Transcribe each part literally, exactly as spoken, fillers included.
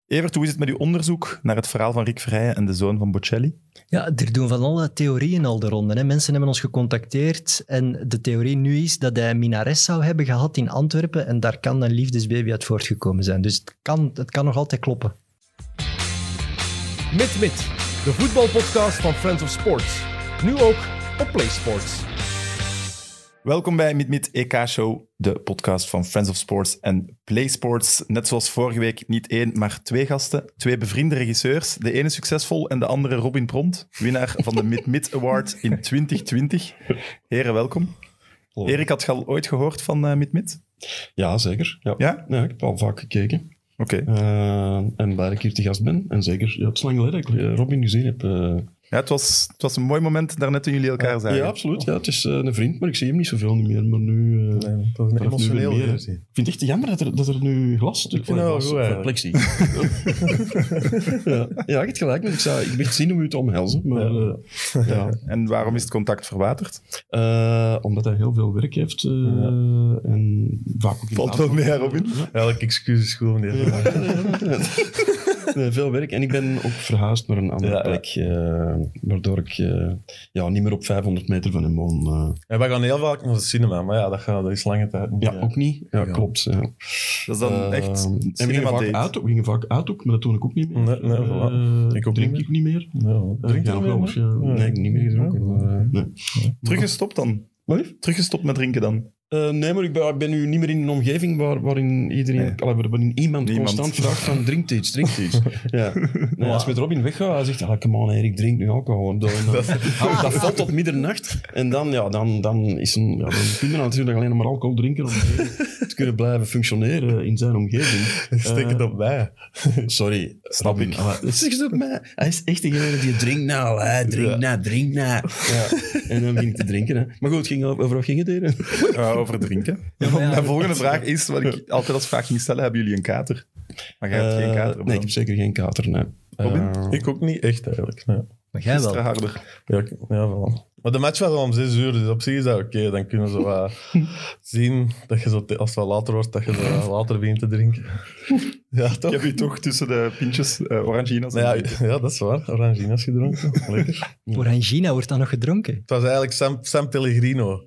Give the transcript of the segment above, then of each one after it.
Evert, hoe is het met uw onderzoek naar het verhaal van Rick Verheijen en de zoon van Bocelli? Ja, er doen van alle theorieën al de ronde. Hè. Mensen hebben ons gecontacteerd en de theorie nu is dat hij een minares zou hebben gehad in Antwerpen en daar kan een liefdesbaby uit voortgekomen zijn. Dus het kan, het kan nog altijd kloppen. Mit Mit, de voetbalpodcast van Friends of Sports. Nu ook op PlaySports. Welkom bij Mit Mit E K-show, de podcast van Friends of Sports en PlaySports. Net zoals vorige week niet één, maar twee gasten. Twee bevriende regisseurs. De ene succesvol en de andere Robin Pront, winnaar van de Mit Mit Award in twintig twintig. Heren, welkom. Hallo. Erik, had je al ooit gehoord van uh, Mit Mit? Ja, zeker. Ja. Ja? Ja, ik heb al vaak gekeken. Oké. Okay. Uh, en blij dat ik hier te gast ben. En zeker, ja, het is lang geleden dat ik uh, Robin gezien heb. Uh... Ja, het was, het was een mooi moment daarnet toen jullie elkaar zagen. Ja, absoluut. Ja, het is uh, een vriend, maar ik zie hem niet zoveel meer. Maar nu... Uh, nee, dat is emotioneel. Nu meer, ik vind het echt jammer dat er, dat er nu glas... Ik vind het wel goed, plexie. ja, ja, je hebt gelijk. Ik, zou, ik ben zien om u te omhelzen. Maar, uh, ja. En waarom is het contact verwaterd? Uh, omdat hij heel veel werk heeft. Uh, ja. En vaak ook valt wel mee, Robin? Ja. Elk excuus is goed, meneer. Ja. Nee, veel werk. En ik ben ook verhuisd naar een andere ja, plek. Ja. Uh, waardoor ik uh, ja, niet meer op vijfhonderd meter van hem woon. Uh. Ja, wij gaan heel vaak naar de cinema, maar ja, dat, gaat, dat is lange tijd niet. Ja, ja. ook niet. Ja, ja. klopt. Ja. Dat is dan uh, echt en we gingen, vaak uit, we gingen vaak uit ook, maar dat doe ik ook niet meer. Nee, nee, uh, ik ook drink niet ik niet meer. Ja, drink uh, je nog wel eens, ja. Nee, nee, ik niet meer gedronken. Ja. Maar, uh, nee. Teruggestopt dan? Wat? Teruggestopt met drinken dan? Uh, nee, maar ik ben, ben nu niet meer in een omgeving waar, waarin iedereen, nee. allee, waarin iemand, iemand constant vraagt van drink iets, drink iets. Ja. Nee, wow. Als met Robin weggaat, hij zegt, ah, come on, Erik, drink nu alcohol. Dan, dan, dat, dat valt tot middernacht en dan, ja, dan, dan, is een, ja, dan kun je natuurlijk alleen maar alcohol drinken om te kunnen blijven functioneren in zijn omgeving. Steek het op mij. Sorry, snap Robin. ik. Steek het op mij. Hij is echt degene die drinkt nou, hè, drink ja. nou, drink nou. Ja. En dan ging ik te drinken. Hè. Maar goed, ging, over wat ging het hier? Uh, over drinken. Ja, ja, Mijn volgende vraag is, wat ik altijd als vraag ging stellen, hebben jullie een kater? Maar jij hebt uh, geen kater? Nee, ik heb zeker geen kater, nee. Robin? Uh, ik ook niet echt, eigenlijk. Nee. Maar jij wel? Harder. Ja, ja voilà. Maar de match was al om zes uur, dus op zich is dat oké. Okay. Dan kunnen ze uh, zien dat je zo, als het wel later wordt, dat je zo water begint te drinken. Ja, toch? Ik heb je toch tussen de pintjes uh, Orangina's... Ja, ja, dat is waar. Orangina's gedronken. Lekker. Orangina wordt dan nog gedronken? Het was eigenlijk San, San Pellegrino.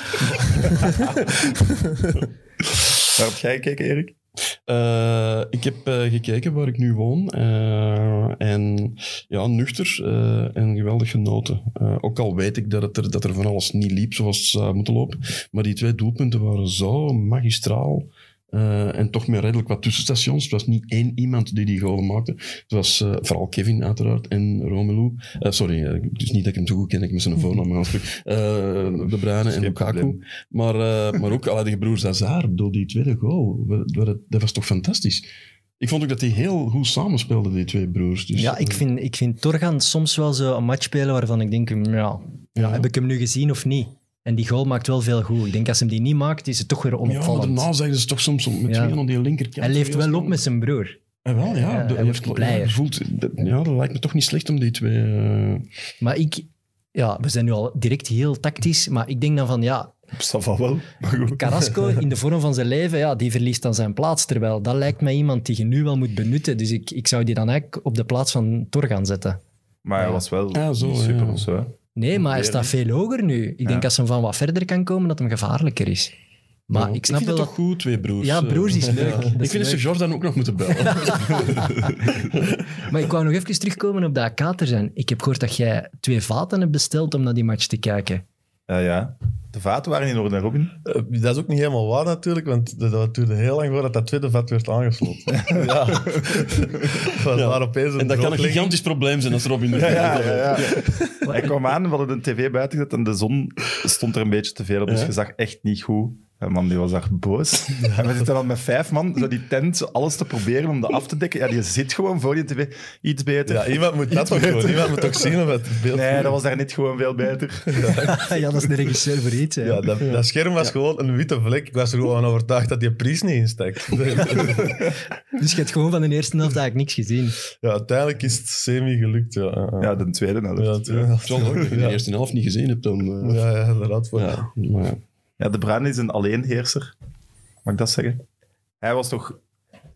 Waar heb jij gekeken, Erik? Uh, ik heb uh, gekeken waar ik nu woon. Uh, en ja, nuchter uh, en geweldig genoten. Uh, ook al weet ik dat, het er, dat er van alles niet liep zoals het zou moeten lopen. Maar die twee doelpunten waren zo magistraal. Uh, en toch met redelijk wat tussenstations. Het was niet één iemand die die goalen maakte. Het was uh, vooral Kevin uiteraard en Romelu. Uh, sorry, uh, dus niet dat ik hem zo goed ken, dat ik met zijn voornaam aanspreek. Uh, De Bruyne en Lukaku. Maar, uh, maar ook alle die broers Hazard, door die tweede goal. Dat was toch fantastisch. Ik vond ook dat die heel goed samenspeelden, die twee broers. Dus, ja, ik vind, ik vind Torgan soms wel zo een match spelen waarvan ik denk, ja, ja. heb ik hem nu gezien of niet? En die goal maakt wel veel goed. Ik denk, als hem die niet maakt, is het toch weer onopvallend. Ja, maar daarna zeggen ze toch soms met ja. twee aan die linkerkant. Hij leeft wel op met zijn broer. Ja, wel, ja. ja de, hij wordt blijer. Voelt, ja, dat lijkt me toch niet slecht om die twee... Uh... Maar ik... Ja, we zijn nu al direct heel tactisch, maar ik denk dan van, ja... Dat wel. Carrasco, in de vorm van zijn leven, ja, die verliest dan zijn plaats. Terwijl dat lijkt mij iemand die je nu wel moet benutten. Dus ik, ik zou die dan eigenlijk op de plaats van Torgan zetten. Maar hij ja. was wel ja, zo, super ja. of zo. Nee, maar hij staat veel hoger nu. Ik ja. denk als hij van wat verder kan komen, dat hem gevaarlijker is. Maar ja, ik snap ik vind wel het toch goed, twee broers. Ja, broers is leuk. Ja. Ik vind dat ze Jordan ook nog moeten bellen. Maar ik wou nog even terugkomen op dat kater zijn. Ik heb gehoord dat jij twee vaten hebt besteld om naar die match te kijken. Ja, ja. De vaten waren in orde, Robin. Uh, dat is ook niet helemaal waar natuurlijk, want dat duurde heel lang voordat dat tweede vat werd aangesloten. ja. ja. En dat kan een gigantisch probleem zijn als Robin... Ja, ja, ja, ja. Hij kwam aan, we hadden de tv buiten gezet en de zon stond er een beetje te veel op, dus ja. je zag echt niet goed. En man, die was echt boos. Ja. En we zitten dan met vijf man, zo die tent, zo alles te proberen om dat af te dekken. Ja, die zit gewoon voor die tv. Iets beter. Ja, iemand moet dat ook gewoon. Iemand moet ook zien of het beeld... Nee, dat was daar niet gewoon veel beter. Ja, ja dat is de regisseur voor iets. Hè. Ja, dat, dat scherm was ja. gewoon een witte vlek. Ik was er gewoon van overtuigd dat die prijs niet instak. Dus je hebt gewoon van de eerste helft eigenlijk niks gezien. Ja, uiteindelijk is het semi gelukt. Ja, ja de tweede helft. Ja, de tweede helft. Ja, als je de eerste helft niet gezien hebt, dan... Uh... Ja, ja, inderdaad. Voor ja, ja. Ja, De Bruyne is een alleenheerser. Mag ik dat zeggen? Hij was toch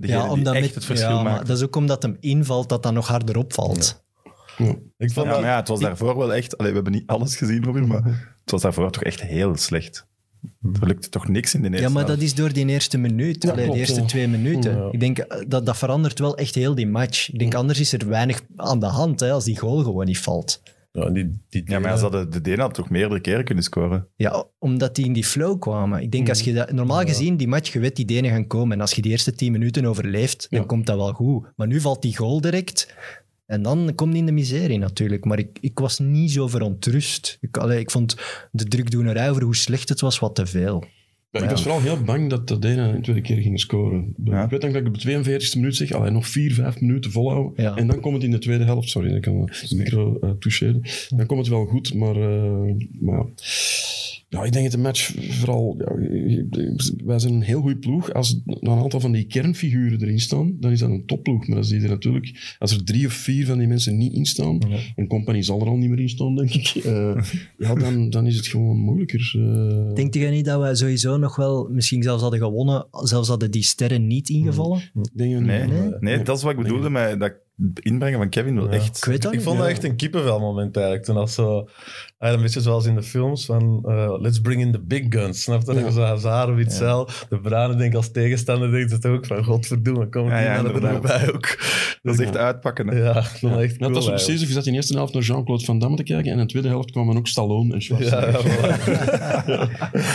degene die echt het verschil ja, maakt. maar dat is ook omdat hem invalt dat dat nog harder opvalt. Ja. Ik vond Ja, dat... maar ja, het was daarvoor wel echt... Allee, we hebben niet alles gezien, Robin, maar het was daarvoor toch echt heel slecht. Er lukte toch niks in de eerste Ja, maar helft. dat is door die eerste minuut. Ja, Allee, klopt, de eerste ja. twee minuten. Ja. Ik denk, eh, dat, dat verandert wel echt heel die match. Ik denk, anders is er weinig aan de hand hè, als die goal gewoon niet valt. Ja, die, die Ja, maar ja, ze hadden, de Denen hadden toch meerdere keren kunnen scoren. Ja, omdat die in die flow kwamen. Ik denk, als je dat, normaal gezien, die match, je weet die Denen gaan komen. En als je die eerste tien minuten overleeft, dan Ja. komt dat wel goed. Maar nu valt die goal direct. En dan komt die in de miserie natuurlijk. Maar ik, ik was niet zo verontrust. Ik, allee, ik vond de drukdoenerij over hoe slecht het was wat te veel. Ja, ik was vooral heel bang dat de Denen een tweede keer gingen scoren. Ja. Ik weet nog dat ik op de tweeënveertigste minuut zeg, allee, nog vier, vijf minuten volhouden. Ja. En dan komt het in de tweede helft. Sorry, ik kan de micro uh, toucheren. Dan komt het wel goed, maar... Uh, maar ja. Ja, ik denk dat de match vooral... Ja, wij zijn een heel goede ploeg. Als een aantal van die kernfiguren erin staan, dan is dat een topploeg. Maar als, die er natuurlijk, als er drie of vier van die mensen niet in staan, Ja. en Company zal er al niet meer in staan, denk ik, uh, ja, dan, dan is het gewoon moeilijker. Uh, Denkt jij niet dat we sowieso nog wel misschien zelfs hadden gewonnen, zelfs hadden die sterren niet ingevallen? denk je, Nee, Nee. nee, dat is wat ik bedoelde met dat inbrengen van Kevin. Wel Ja. echt... Ik weet dat Ik niet. vond dat Ja. echt een kippenvelmoment eigenlijk. Toen als zo... ah, een beetje zoals in de films van uh, let's bring in the big guns. Snap je? Ja. Ja. Zo Hazard, Witzel, de Bruinen denk als tegenstander denkt het ook van godverdomme, kom Ja, die ja, mannen er nog inderdaad. bij ook. Dat is echt uitpakken. Hè. Ja, dat is Ja. echt Ja, cool. het was precies of je zat in de eerste helft naar Jean-Claude Van Damme te kijken en in de tweede helft kwamen ook Stallone en Schwarzenegger. Ja, ja,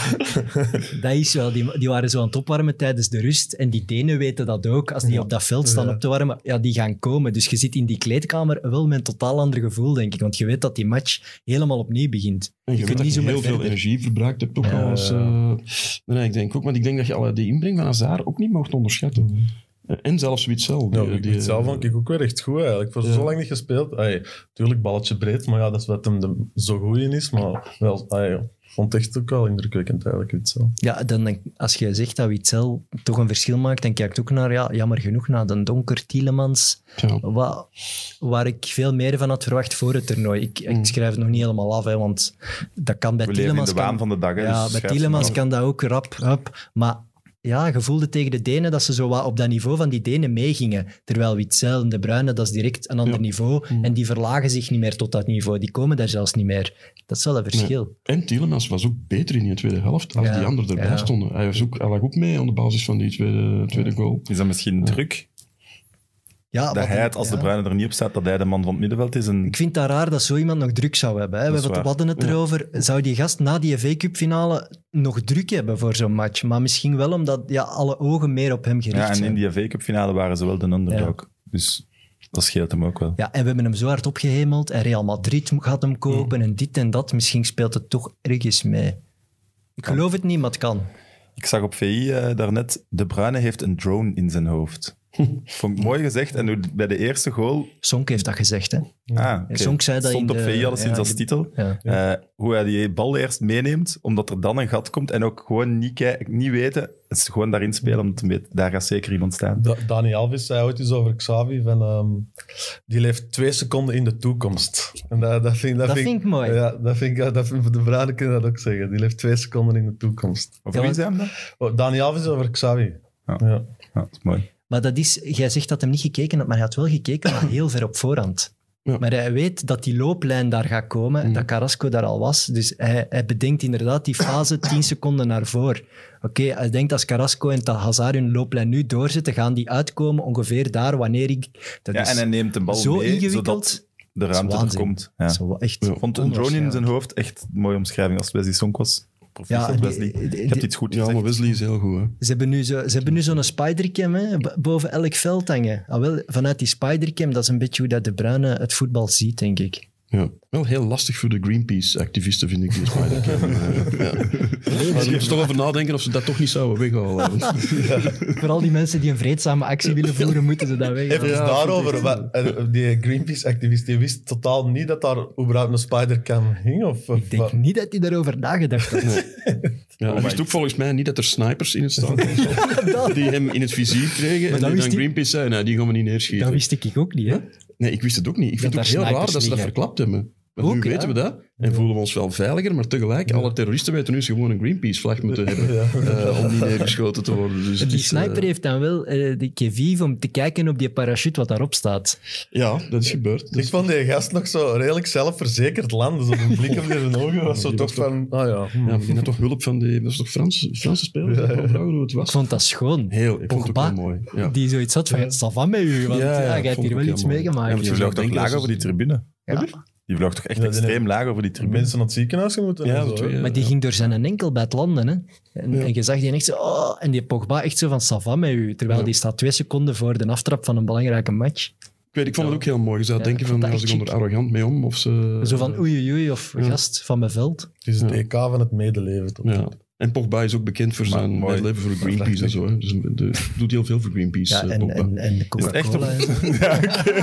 voilà. Dat is wel, die, die waren zo aan het opwarmen tijdens de rust. En die Denen weten dat ook. Als die Ja. op dat veld staan Ja. op te warmen, ja, die gaan komen. Dus je zit in die kleedkamer wel met een totaal ander gevoel, denk ik. Want je weet dat die match helemaal opnieuw begint. En je, Je weet kunt dat niet je zo heel meer veel verder. energie verbruikt hebt ook Ja, al. Als, ja. uh, nee, ik denk ook, maar ik denk dat je alle die inbreng van Hazard ook niet mocht onderschatten. Uh, en zelfs Witzel. Ja, die- ik die, weet zelf vond ik ook weer echt goed eigenlijk. Voor Ja. zo lang niet gespeeld. Ay, tuurlijk, balletje breed, maar ja, dat is wat hem de, zo goed in is. Maar wel, ay, ik vond het echt ook wel indrukwekkend eigenlijk, Witzel. Ja, dan, denk- als je zegt dat Witzel toch een verschil maakt, dan kijk ik ook naar, ja, jammer genoeg, naar de Donker, Tielemans. Ja. Wat, waar ik veel meer van had verwacht voor het toernooi. Ik, ik Mm. schrijf het nog niet helemaal af, hè, want dat kan bij We leven in Tielemans... de kan- waan van de dag. Hè, Ja, dus bij schrijf ze Tielemans maar. kan dat ook rap, rap. Maar ja, je voelde tegen de Denen dat ze zo wat op dat niveau van die Denen meegingen. Terwijl Witzel en De Bruyne, dat is direct een ander Ja. niveau. Mm. En die verlagen zich niet meer tot dat niveau. Die komen daar zelfs niet meer. Dat is wel een verschil. En Tielemans was ook beter in die tweede helft als Ja, die anderen erbij ja. stonden. Hij, was ook, hij lag ook mee aan de basis van die tweede, tweede goal. Is dat misschien druk? Ja, Dat wat hij een- het, als ja. de Bruyne er niet op staat, dat hij de man van het middenveld is. En... Ik vind dat raar dat zo iemand nog druk zou hebben. Hè. We Dat is hebben- we waar. hadden het Ja. erover. Zou die gast na die F A Cup finale nog druk hebben voor zo'n match? Maar misschien wel omdat ja, alle ogen meer op hem gericht Ja, en zijn. in die F A Cup finale waren ze wel de underdog. Dus dat scheelt hem ook wel. Ja, en we hebben hem zo hard opgehemeld. En Real Madrid gaat hem kopen en dit en dat. Misschien speelt het toch ergens mee. Ik geloof het niet, maar het kan. Ik zag op V I eh, daarnet, De Bruyne heeft een drone in zijn hoofd. Vond ik mooi gezegd. En hoe- bij de eerste goal... Sonk heeft dat gezegd, hè? Ah, oké. Sonk zei dat Stond in op de- V I alleszins ja, als de- titel. Ja. Eh, hoe hij die bal eerst meeneemt, omdat er dan een gat komt. En ook gewoon niet, kijk, niet weten. Het is gewoon daarin spelen, omdat hem weet, daar gaat zeker iemand staan. Da- Dani Alves zei ooit eens over Xavi van... ehm, die leeft twee seconden in de toekomst. En dat, dat, vind, dat, Dat vind, vind ik mooi. Ja, dat vind ik... Dat vind, de Bruinen kunnen dat ook zeggen. Die leeft twee seconden in de toekomst. Of Ja, wie want- zei hem dat? Oh, Dani Alves over Xavi. Ja. Ja. Ja, dat is mooi. Maar dat is, jij zegt dat hem niet gekeken had, maar hij had wel gekeken, maar heel ver op voorhand. Ja. Maar hij weet dat die looplijn daar gaat komen, Mm. dat Carrasco daar al was. Dus hij, hij bedenkt inderdaad die fase tien seconden naar voor. Oké, hij denkt als Carrasco en Hazard hun looplijn nu doorzetten, gaan die uitkomen ongeveer daar wanneer ik... Dat Ja, is en hij neemt de bal zo mee, ingewikkeld. zodat de ruimte er waanzin. komt. Ja. Zo, echt Ik vond een drone in zijn onwaarschijnlijk. hoofd echt een mooie omschrijving als Wesley Sonk was. Proficiat, Ja, die- Wesley. die- Je die- hebt iets goed Ja, gezegd. maar Wesley is heel goed. Hè. Ze hebben nu, zo, ze hebben nu zo'n spidercam hè, b- boven elk veld hangen. Ah, wel, vanuit die spidercam, dat is een beetje hoe dat De Bruyne het voetbal ziet, denk ik. Ja. Wel heel lastig voor de Greenpeace-activisten, vind ik, die Spider-Cam. Eh, ja. Maar ze moeten toch over nadenken of ze dat toch niet zouden weghalen. Vooral die mensen die een vreedzame actie willen voeren, moeten ze dat weg. Even Ja, daarover. vind Wat, eh, die Greenpeace-activist die wist totaal niet dat daar überhaupt een spidercam hing. Of, of Ik denk wat? niet dat hij daarover nagedacht had. Ja, hij wist ook volgens mij niet dat er snipers in het stadion zaten, die hem in het vizier kregen Maar en dat die wist dan hij- Greenpeace zei, nee, die gaan we niet neerschieten. Dat wist ik ook niet, hè? Nee, ik wist het ook niet. Ik vind het daar ook heel raar snipers dat ze dat liggen. verklapt hebben. Want nu Ook, ja. weten we dat en voelen we ons wel veiliger, maar tegelijk, alle terroristen weten nu ze gewoon een Greenpeace-vlag moeten hebben uh, om niet neergeschoten te worden. Dus het Die is, sniper uh, heeft dan wel uh, de Keviv om te kijken op die parachute wat daarop staat. Ja, dat is gebeurd. Ik Dus, vond die gast nog zo redelijk zelfverzekerd landen. Zo een blik op zijn ogen was zo Die toch was van... Ah ja. ja, maar die had toch hulp van die... Dat is toch Frans, Franse spelers? Ja, ja. Vragen hoe het Ik was. vond dat schoon. Heel, ik vond het ook Pogba, heel mooi. Ja. die zoiets had van, ça va met u, want Ja, ja, ja, jij ik hebt vond hier het wel ook iets heel mooi. meegemaakt. Ja, Die je vloog zou toch denken laag dat over ze- die tribune? Ja. Die vloog toch echt Ja, die extreem heeft- laag over die tribune? Mensen naar het ziekenhuis moeten Ja, en de zo. twee, hè. Maar die ging door zijn enkel bij het landen. Hè? En, Ja. en je zag die echt zo... Oh, en die Pogba echt zo van, ça va met u. Terwijl Ja. die staat twee seconden voor de aftrap van een belangrijke match. Ik weet, ik vond het ook heel mooi. Je zou Ja, denken ik van, vond ja, dat ze gaan echt er arrogant mee om. Of ze, Zo van oei oei oei, of Ja. gast van mijn veld. Het is het Ja. E K van het medeleven. Toch? Ja. En Pogba is ook bekend voor Maar zijn mooi. medeleven voor Greenpeace en zo. Hè. Dus de, de- doet heel veel voor Greenpeace, Ja, eh, en, Pogba. en, en de Is het echt Coca-Cola. op- en zo. Ja, oké.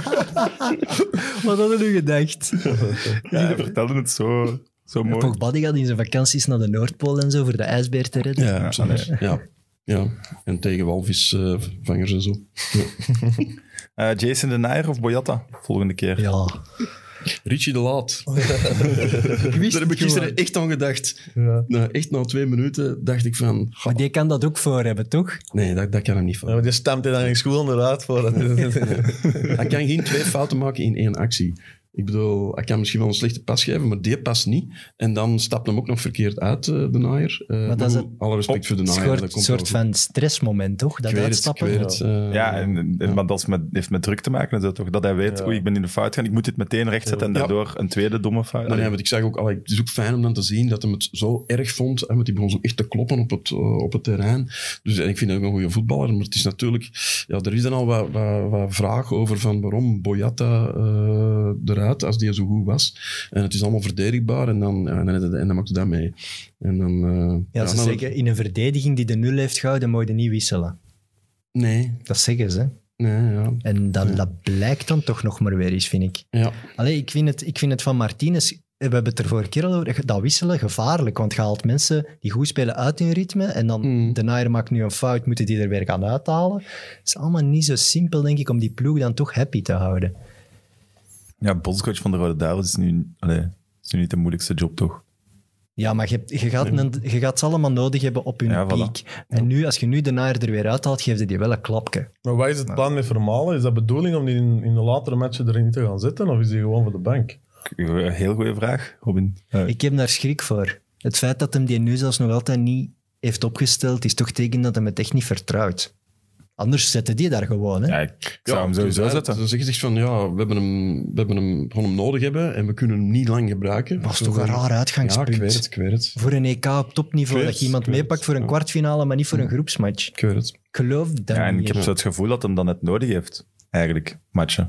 Wat hadden jullie gedacht? Ja, hij vertelde het zo, zo mooi. Pogba die gaat in zijn vakanties naar de Noordpool en zo voor de ijsbeer te redden. Ja, absoluut. Ja. Ja. En tegen walvisvangers en zo. Eh, Jason de Nair of Boyata? Volgende keer. Ja. Richie de Laat. Ik wist Daar heb ik het gisteren gewoon. echt aan gedacht. Ja. Nou, echt na twee minuten dacht ik van... Maar die kan dat ook voor hebben, toch? Nee, dat, dat kan hem niet Ja, van. maar die stemt hij dan in school eruit voor. Hij kan geen twee fouten maken in één actie. Ik bedoel, hij kan misschien wel een slechte pas geven, maar die past niet. En dan stapt hem ook nog verkeerd uit, uh, de naaier. Uh, maar dat is goed, het- alle respect voor de Een naaier. soort, dat komt soort wel goed. van stressmoment, toch? Dat Ik weet het, ik uitstappen. weet het. uh, Ja, en, en- ja. maar dat is met, heeft met druk te maken. Zo, toch? Dat hij weet, Ja. oei, ik ben in de fout gaan, ik moet dit meteen rechtzetten en Ja. daardoor een tweede domme fout. Nou ja, want ik zag ook, allee, het is ook fijn om dan te zien dat hij het zo erg vond. Hè, want die begon zo echt te kloppen op het, uh, op het terrein. Dus en ik vind hem ook een goede voetballer. Maar het is natuurlijk, ja, er is dan al wat, wat, wat vraag over van waarom Boyata uh, eruit als die zo goed was. En het is allemaal verdedigbaar en dan, ja, en dan, en dan maakt hij dat mee. En dan, uh, Ja, ze dan- zeggen, in een verdediging die de nul heeft gehouden, mag je niet wisselen. Nee, Dat zeggen ze. nee, ja. En dat, dat blijkt dan toch nog maar weer eens, vind ik. Ja, Allee, ik vind het, ik vind het van Martinez... We hebben het er vorige keer al over. Dat wisselen, gevaarlijk. Want je haalt mensen die goed spelen uit hun ritme. En dan Mm. de Nair maakt nu een fout, moeten die er weer gaan uithalen. Het is allemaal niet zo simpel, denk ik, om die ploeg dan toch happy te houden. Ja, bondscoach van de Rode Duivels is nu, allee, is nu niet de moeilijkste job, toch? Ja, maar je, hebt- je, gaat, een, je gaat ze allemaal nodig hebben op hun Ja, voilà. piek. En nu, als je nu de Nair er weer uithaalt, geeft je die wel een klapje. Maar wat is het plan met Vermalen? Is dat bedoeling om die in, in de latere matchen erin te gaan zetten? Of is die gewoon voor de bank? Een heel goede vraag, Robin. Eh, Ik heb daar schrik voor. Het feit dat hem die nu zelfs nog altijd niet heeft opgesteld, is toch teken dat hem het echt niet vertrouwt. Anders zetten die daar gewoon. Hè? ja, ik, ik zou hem sowieso dus zetten. Dan zeggen ze van, ja, we hebben hem, we hebben hem gewoon hem nodig hebben en we kunnen hem niet lang gebruiken. Dat is toch een raar Ja, uitgangspunt. ik weet het, ik weet het. Voor een E K op topniveau, Ik weet dat je het, iemand ik weet meepakt het, voor een ja. kwartfinale, maar niet voor een groepsmatch. Ik weet het. Ik geloof dat Ja, en ik niet. heb zo het gevoel dat hem dan net nodig heeft, eigenlijk, matchen.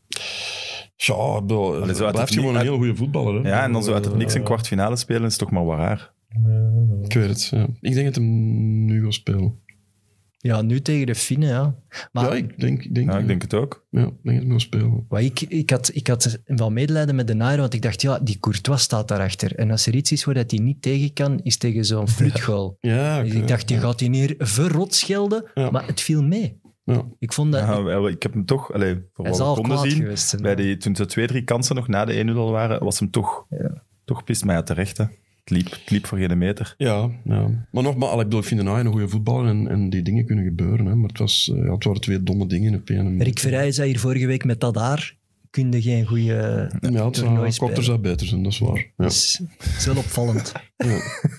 Ja, ik bedoel, Allee, zo hij uit het blijft gewoon niet- een uit- heel goede voetballer. Hè? Ja, en dan zo uit het niks een Eh, kwartfinale spelen is toch maar wat raar. Ik weet het, ja. Ik denk dat hem nu gaat spelen. Ja, nu tegen de Finnen, ja. Maar ja, ik denk, ik denk, Ja, ik denk het ook. ja, ik denk dat hij gaat spelen. wat ik, ik, had, ik had wel medelijden met de Nair, want ik dacht, ja, die Courtois staat daarachter. En als er iets is waar dat hij niet tegen kan, is tegen zo'n flutgoal. Ja, Dus ik dacht, die gaat hij hier verrot schelden, Ja. maar het viel mee. Ja. Ik vond dat... Ja, wel, ik heb hem toch, allee, voor hij wat zal we konden kwaad zien, geweest zijn. bij die, toen ze twee, drie kansen nog na de één nul al waren, was hem toch, Ja. toch pist. Maar ja, terecht, hè. Het liep, het liep voor geen meter. Ja, ja. Maar nogmaals, allee, ik bedoel, ik vind de Naai een goede voetballer en, en die dingen kunnen gebeuren. Hè. Maar het, was, eh, ja, het waren twee domme dingen op één. Rick Verrij zei hier vorige week met dat haar, kun je geen goede Ja, het toernooi zou, spelen. korter zou beter zijn, dat is waar. Ja. Dat is, dat is wel opvallend. Ja.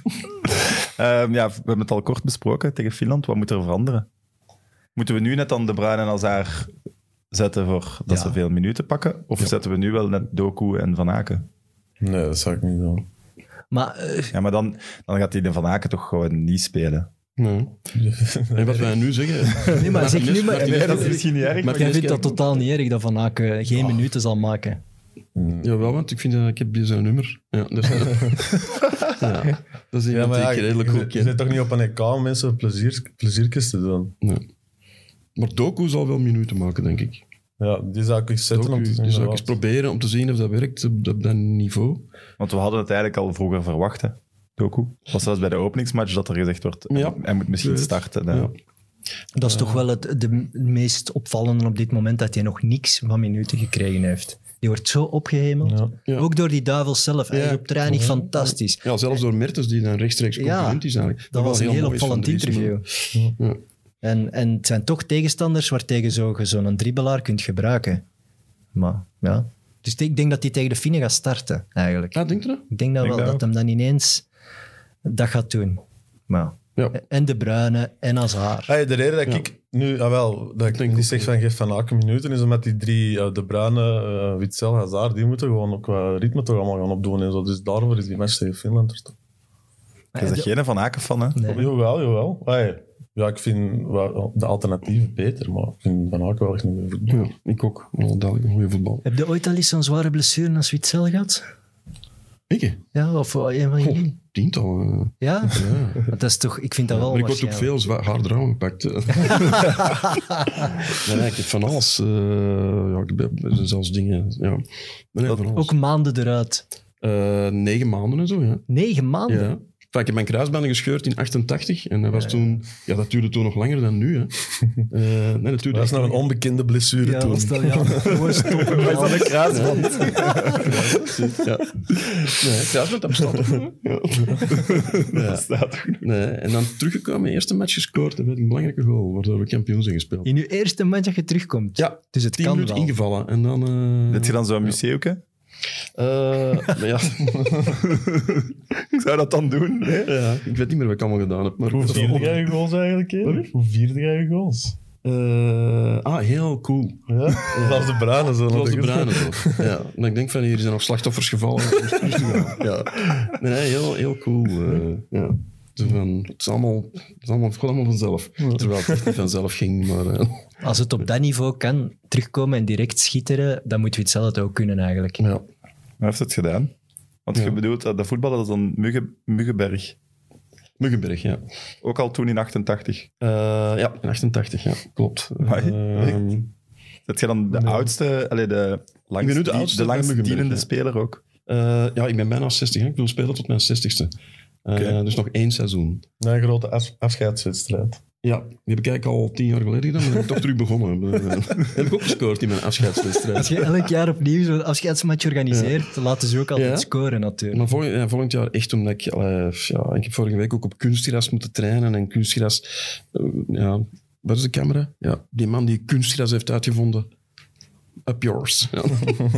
Ehm, ja, we hebben het al kort besproken tegen Finland. Wat moet er veranderen? Moeten we nu net dan De Bruyne en Hazard zetten voor dat Ja. ze veel minuten pakken? Of zetten we nu wel net Doku en Van Aken? Nee, dat zou ik niet doen. Maar eh, Ja, maar dan, dan gaat die de Van Aken toch gewoon niet spelen. Nee. En wat wij nu zeggen... nee, maar zeg nu maar... Martinez- Nee, dat is misschien niet erg. Maar Jij vindt dat kijk- totaal niet erg dat Van Aken geen minuten zal maken. Jawel, want ik vind dat ik heb die zijn nummer. Ja, dat is, ja, dat is iemand die ik redelijk goed je ken. zit toch niet op een E K om mensen plezier, pleziertjes te doen? Nee. Maar Doku zal wel minuten maken, denk ik. Ja, die zou ik eens zetten Doku, om te zien. die zou ik wat- eens proberen om te zien of dat werkt op, op dat niveau. Want we hadden het eigenlijk al vroeger verwacht, hè, Doku. Het was zelfs bij de openingsmatch dat er gezegd wordt, Ja. hij moet misschien Ik weet het. starten. hè. Ja. Dat is toch wel het de meest opvallende op dit moment, dat hij nog niks van minuten gekregen heeft. Die Die wordt zo opgehemeld. Ja. Ja. Ook door die duivels zelf. Hij Ja. is op training Ja. fantastisch. Ja, zelfs door Mertens, die dan rechtstreeks Ja, concurrent is eigenlijk. Dat Wat was wel een heel mooi is van opvallend Dries, maar- interview. Ja. En, en het zijn toch tegenstanders waartegen zo, je zo'n dribbelaar kunt gebruiken. Maar ja. Dus ik denk dat hij tegen de Finnen gaat starten, eigenlijk. Ja, denk je dat? Ik denk dat Denk wel, dat dat hem dan ineens dat gaat doen. Maar, Ja. En De Bruyne en Hazard. Hey, de reden dat Ja. ik nu, ah wel, dat ik denk niet ook, zeg ja. van geef Van Aken minuten, is omdat die drie, uh, De Bruyne, uh, Witsel, Hazard, die moeten gewoon ook qua ritme toch allemaal gaan opdoen en zo. Dus daarvoor is die match tegen Finland er toch. Je bent geen Van Aken van, hè? Nee. Jawel, jawel. Hey, ja, ik vind wel de alternatieven beter, maar ik vind Van Aken wel echt een goede voetballer. Ja, ik ook. Wel duidelijk een goede voetbal. Heb je ooit al eens zo'n zware blessure als Witzel gehad? Ik, hè? Ja, of een van jullie? Tiental. eh. Ja? Ja. Want dat is toch, ik vind dat wel Maar ik word ook onwaarschijnlijk. veel zwaar, harder aangepakt. nee, nee, ik heb van alles. eh, ja, ik heb er zijn zelfs dingen. Ja. Nee, nee, van alles. Ook maanden eruit. Eh, negen maanden en zo, ja. Negen maanden? ja. Enfin, ik heb mijn kruisbanden gescheurd in achtentachtig en dat was toen... Ja, dat duurde toen nog langer dan nu, hè. Uh, nee, dat duurde Dat is echt nog een lang. onbekende blessure Ja, toen. was dat, ja. Gewoon stoppen. met alles. kruisband. Ja. Nee, kruisband, dat bestaat toch nog, hè? Ja. Ja. Nee, en dan teruggekomen, eerste match gescoord, dat werd een belangrijke goal, waardoor we kampioen zijn gespeeld. In je eerste match dat je terugkomt. Ja, Dus het tien kan minuten wel. ingevallen en dan... Uh, Zet je dan zo'n museumke? Uh, maar ja. Ik zou dat dan doen. Nee? Ja, ik weet niet meer wat ik allemaal gedaan heb. Maar Hoe vierde jij je goals eigenlijk, hè? Sorry? Hoe vierde jij je goals? Uh, ah, heel cool. Ja? Zoals de Bruinen zo. Zoals de natuurlijk. Bruinen zo. Ja. En ik denk van, hier zijn nog slachtoffers gevallen. Ja. Nee, nee, heel, heel cool. Uh, ja. Zo van, het is allemaal, het is allemaal, het gaat allemaal vanzelf. Terwijl het echt niet vanzelf ging. Maar, uh, Als het op dat niveau kan, terugkomen en direct schitteren, dan moet Witzel het ook kunnen eigenlijk. ja. Hij heeft het gedaan. Want Ja. je bedoelt, dat de voetbal dat is dan Mugge, Muggenberg. Muggenberg, ja. Ook al toen in achtentachtig. Uh, ja, in achtentachtig, ja. Klopt. Amai. Uh, Zet je dan de Nee. oudste, allee, de langst, nu de die- oudste de bij langst Muggenberg, dienende ja. speler ook? uh, ja, ik ben bijna zestig. Hè. Ik wil spelen tot mijn zestigste. Uh, Oké. Dus nog één seizoen. Een grote af- afscheidswedstrijd. Ja, die heb ik eigenlijk al tien jaar geleden gedaan, maar ben ik toch terug begonnen. Uh, heb ik ook gescoord in mijn afscheidswedstrijd. Als je elk jaar opnieuw zo'n afscheidsmatch organiseert, dan laten ze ook altijd Ja. scoren natuurlijk. Maar volgend, ja, volgend jaar echt omdat ik... allee, ja, ik heb vorige week ook op kunstgras moeten trainen. En kunstgras... uh, ja, wat is de camera? Ja, die man die kunstgras heeft uitgevonden. Up yours. Ja.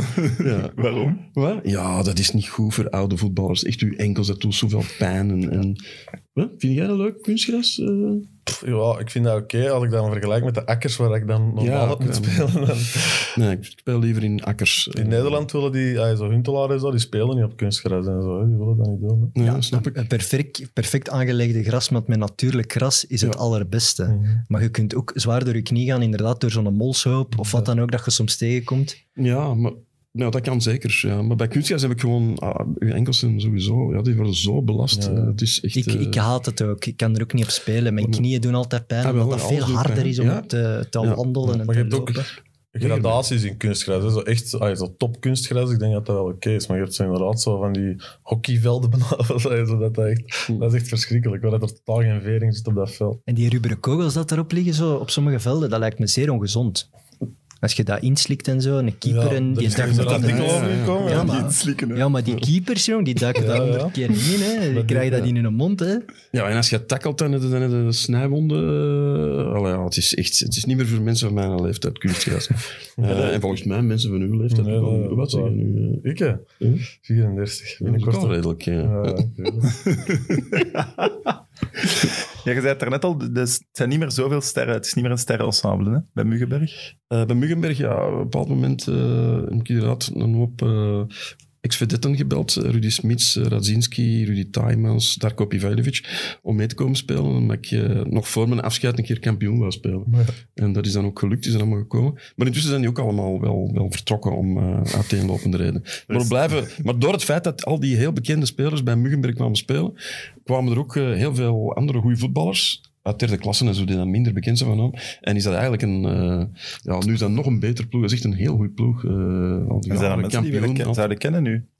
Ja. Waarom? Wat? Ja, dat is niet goed voor oude voetballers. Echt, uw enkels, dat doet zoveel pijn. En, en... Wat? Vind jij dat leuk, kunstgras? Uh... Pff, ja, ik vind dat oké. Als ik dan vergelijk met de akkers waar ik dan normaal Ja, op moet oké. spelen. Dan... Nee, ik speel liever in akkers. In Nederland willen die, ah, zo Huntelaar en zo, die spelen niet op kunstgras en zo. Hè. Die willen dat niet doen. Hè. Ja, Ja, snap ik. Een perfect, perfect aangelegde grasmat met natuurlijk gras is het Ja. allerbeste. Mhm. Maar je kunt ook zwaar door je knie gaan, inderdaad, door zo'n molshoop of wat dan ook dat je soms tegenkomt. Ja, maar nou, dat kan zeker. Ja. Maar bij kunstgras heb ik gewoon... Ah, uw enkels zijn sowieso... Ja, die worden zo belast. Ja. Eh, het is echt... Ik, eh, ik haat het ook. Ik kan er ook niet op spelen. Mijn Oh, nee. knieën doen altijd pijn, Ah, wel, omdat dat alles veel doet harder pijn. is om Ja. te, te Ja. wandelen en Maar je te hebt ook lopen. gradaties in kunstgras. Hè. Zo echt, ah, zo top kunstgras, ik denk dat dat wel oké is. Maar je hebt zo inderdaad zo van die hockeyvelden benaderd. Dat, dat, echt, dat is echt verschrikkelijk. Waar er totaal geen vering zit op dat veld. En die rubberen kogels dat erop liggen zo, op sommige velden, dat lijkt me zeer ongezond. Als je dat inslikt en zo, een keeper... Ja, en die er is duikt een er altijd artikel uit. over gekomen. Ja, Ja, maar- Niet slikken, hè. Ja, maar die keepers, jong, die duiken daar Ja, ja. honderd keer in, hè. Die Dat krijgen doe- dat in hun mond, hè. Ja, en als je tackelt, dan heb je dan heb je een snijwonde. Uh, allee, ja, het, is echt, het is niet meer voor mensen van mijn leeftijd, kunstgras. Uh, en volgens mij mensen van uw leeftijd. Nee, wel- nee, wat dat zeg je is nu? Uh, Ik, hè? Ja. vierendertig. dat is ook Binnenkort. al redelijk. Ja. Ja, ja, ik weet het. Ja, je zei het daarnet al, dus het zijn niet meer zoveel sterren. Het is niet meer een sterrenensemble, hè, bij Muggenberg. Uh, bij Muggenberg, ja, op een bepaald moment uh, heb ik inderdaad een hoop uh, ex-vedetten gebeld. Rudy Smits, uh, Radzinski, Rudy Taimans, Darko Pivajlovic, om mee te komen spelen. Omdat ik uh, nog voor mijn afscheid een keer kampioen wou spelen. Maar En dat is dan ook gelukt, die zijn allemaal gekomen. Maar intussen zijn die ook allemaal wel, wel vertrokken om uh, uiteenlopende redenen. Maar, blijven, maar door het feit dat al die heel bekende spelers bij Muggenberg kwamen spelen, kwamen er ook uh, heel veel andere goede voetballers uit derde klasse en zo, die dan minder bekend zijn van hem. En is dat eigenlijk een... Uh, ja, nu is dat nog een beter ploeg. Dat is echt een heel goede ploeg. Uh, al die Er zijn er jaren mensen die we kampioen. ken- al- zouden kennen nu.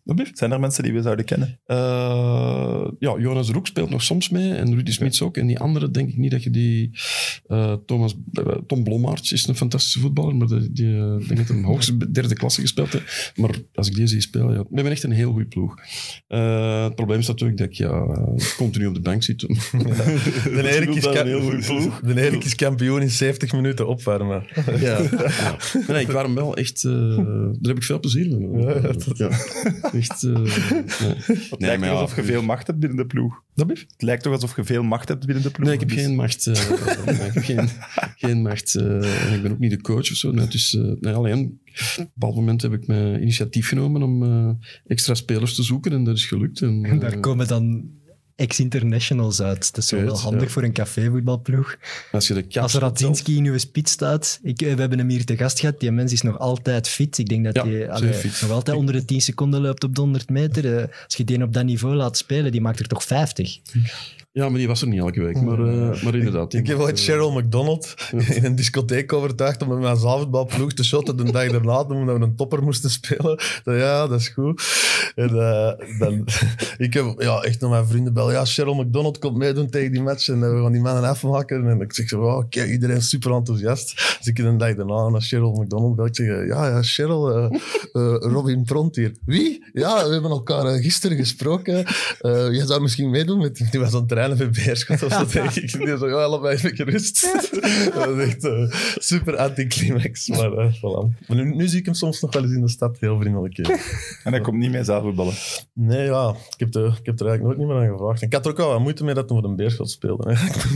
Zijn er mensen die we zouden kennen? Uh, ja, Jonas Roek speelt nog soms mee en Rudy Smits ook. En die andere denk ik niet dat je die... Uh, Thomas, uh, Tom Blommaerts is een fantastische voetballer, maar die, die uh, denk dat hij hem hoogste derde klasse gespeeld heeft. Maar als ik deze zie spelen, ja, we hebben echt een heel goede ploeg. Uh, het probleem is natuurlijk dat ik ja, continu op de bank zit. Ja. De Erik is, ka- is kampioen in zeventig minuten opwarmen. Ja, ja. Nee, ik warm wel echt... Uh, daar heb ik veel plezier mee. Ja, dat... ja. Echt... Uh, nee. Het nee, lijkt maar toch ja, alsof je veel macht hebt binnen de ploeg. Dat het lijkt toch alsof je veel macht hebt binnen de ploeg. Nee, ik heb dus... geen macht. Uh, nee, ik heb geen, geen macht. Uh, en ik ben ook niet de coach of zo. Nee, dus, uh, nee, alleen, op een bepaald moment heb ik mijn initiatief genomen om uh, extra spelers te zoeken en dat is gelukt. En, uh, en daar komen dan ex-internationals uit. Dat is wel, Weet, wel handig ja. voor een cafévoetbalploeg. Als, je de caps Als Radzinski in uw spits staat... Ik, we hebben hem hier te gast gehad. Die mens is nog altijd fit. Ik denk dat Ja, hij zeer allee, fit. nog altijd onder de tien seconden loopt op de honderd meter. Uh, als je die op dat niveau laat spelen, die maakt er toch vijftig. Ja, maar die was er niet elke week. Maar, uh, maar inderdaad. Ik heb ooit uh, Cheryl McDonald ja. in een discotheek overtuigd om met mijn zaalvoetbalploeg te shotten de dag daarna, toen we een topper moesten spelen. Dat, ja, dat is goed. En, uh, dan, ik heb ja, echt naar mijn vrienden bellen. Ja, Cheryl McDonald komt meedoen tegen die match en uh, we gaan die mannen afmaken. En ik zeg zo, wow, kijk, iedereen is super enthousiast. Dus ik een dag daarna naar Cheryl McDonald bel. Ik zeg, uh, ja, ja, Cheryl, uh, uh, Robin Pront hier. Wie? Ja, we hebben elkaar uh, gisteren gesproken. Uh, jij zou misschien meedoen met... Die was aan het trainen met Beerschot of zo, denk ik. Die zo, ja, allebei even gerust. Dat is echt uh, super anticlimax. Maar, uh, voilà. maar nu, nu zie ik hem soms nog wel eens in de stad, heel vriendelijk. En hij komt niet mee zaalvoetballen? Nee, ja. Ik heb, de, ik heb er eigenlijk nooit niet meer aan gevraagd. En ik had er ook wel wat moeite mee dat hij voor een Beerschot speelde.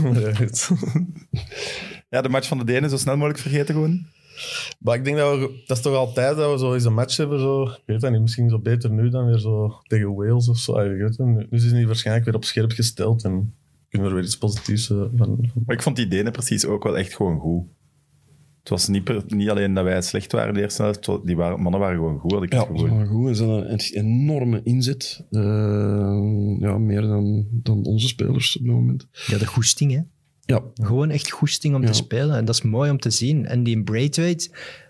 Ja, de match van de Denen zo snel mogelijk vergeten gewoon. Maar ik denk dat we... Dat is toch altijd dat we zo eens een match hebben. Zo, ik weet dat niet, misschien zo beter nu dan weer zo tegen Wales of zo. Ik weet het, nu is hij waarschijnlijk weer op scherp gesteld en kunnen we er weer iets positiefs uh, van, van... Maar ik vond die Denen precies ook wel echt gewoon goed. Het was niet, per, niet alleen dat wij slecht waren de eerste helft, die waren, mannen waren gewoon goed, had ik ja, het gevoel. Ja, waren goed. En ze hadden een enorme inzet. Uh, ja, meer dan, dan onze spelers op dit moment. Ja, de goesting, hè. Ja. Gewoon echt goesting om ja. te spelen. En dat is mooi om te zien. En die Braithwaite,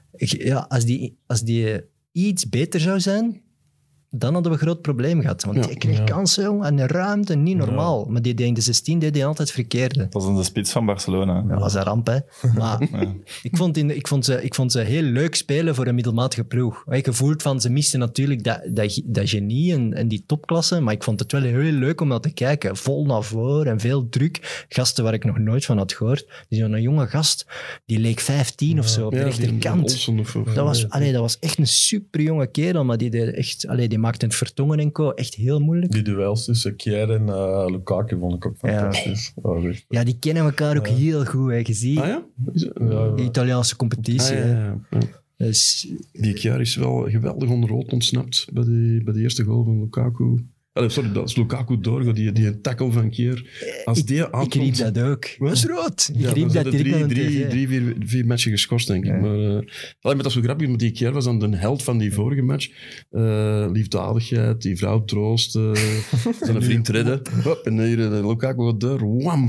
ja, als die, als die iets beter zou zijn, dan hadden we een groot probleem gehad. Want ja. hij kreeg ja. kansen, jongen, en een ruimte, niet normaal. Ja. Maar die deed in de zestien deed hij altijd verkeerde. Dat was in de spits van Barcelona. Ja, dat was een ramp, hè. Maar ja. ik, vond in, ik, vond ze, ik vond ze heel leuk spelen voor een middelmatige ploeg. Je voelt van, ze misten natuurlijk dat, dat, dat genie en, en die topklasse, maar ik vond het wel heel leuk om naar te kijken. Vol naar voren en veel druk. Gasten waar ik nog nooit van had gehoord. Die zo'n jonge gast, die leek vijftien of zo op ja, de rechterkant. Dat was, allee, dat was echt een super jonge kerel, maar die deed echt... Allee, die maakte het vertongen en co. Echt heel moeilijk. Die duels tussen Kjær en uh, Lukaku vond ik ook fantastisch. Ja, ja. ja die kennen elkaar ook ja. heel goed, hè, gezien. Ah ja? De Italiaanse competitie. Ah, ja, ja, ja. Dus, die Kjær is wel geweldig onder rood ontsnapt bij de, bij de eerste goal van Lukaku. Allee, sorry, dat is Lukaku door, die, die tackle van Kjær. Als die ik riep dat ook. Wat is rood? Ik ja, riep dat direct drie, aan de drie, tv. drie, vier, vier matchen geschorst, denk ik. Ja. Maar, uh, alleen met dat zo grappig, want die Kjær was dan de held van die vorige match. Uh, liefdadigheid, die vrouw troosten, zijn vriend redden. Hop, en hier uh, Lukaku gaat door, wam!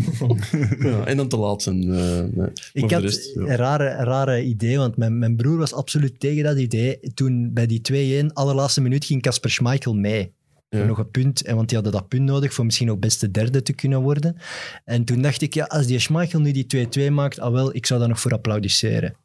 Ja, en dan te laat zijn. Uh, nee. Ik had rest, ja. een, rare, een rare idee, want mijn, mijn broer was absoluut tegen dat idee. Toen bij die twee-een, allerlaatste minuut, ging Kasper Schmeichel mee. Ja. Nog een punt, en want die hadden dat punt nodig voor misschien ook beste derde te kunnen worden. En toen dacht ik, ja, als die Schmeichel nu die twee-twee maakt, ah wel, ik zou daar nog voor applaudisseren.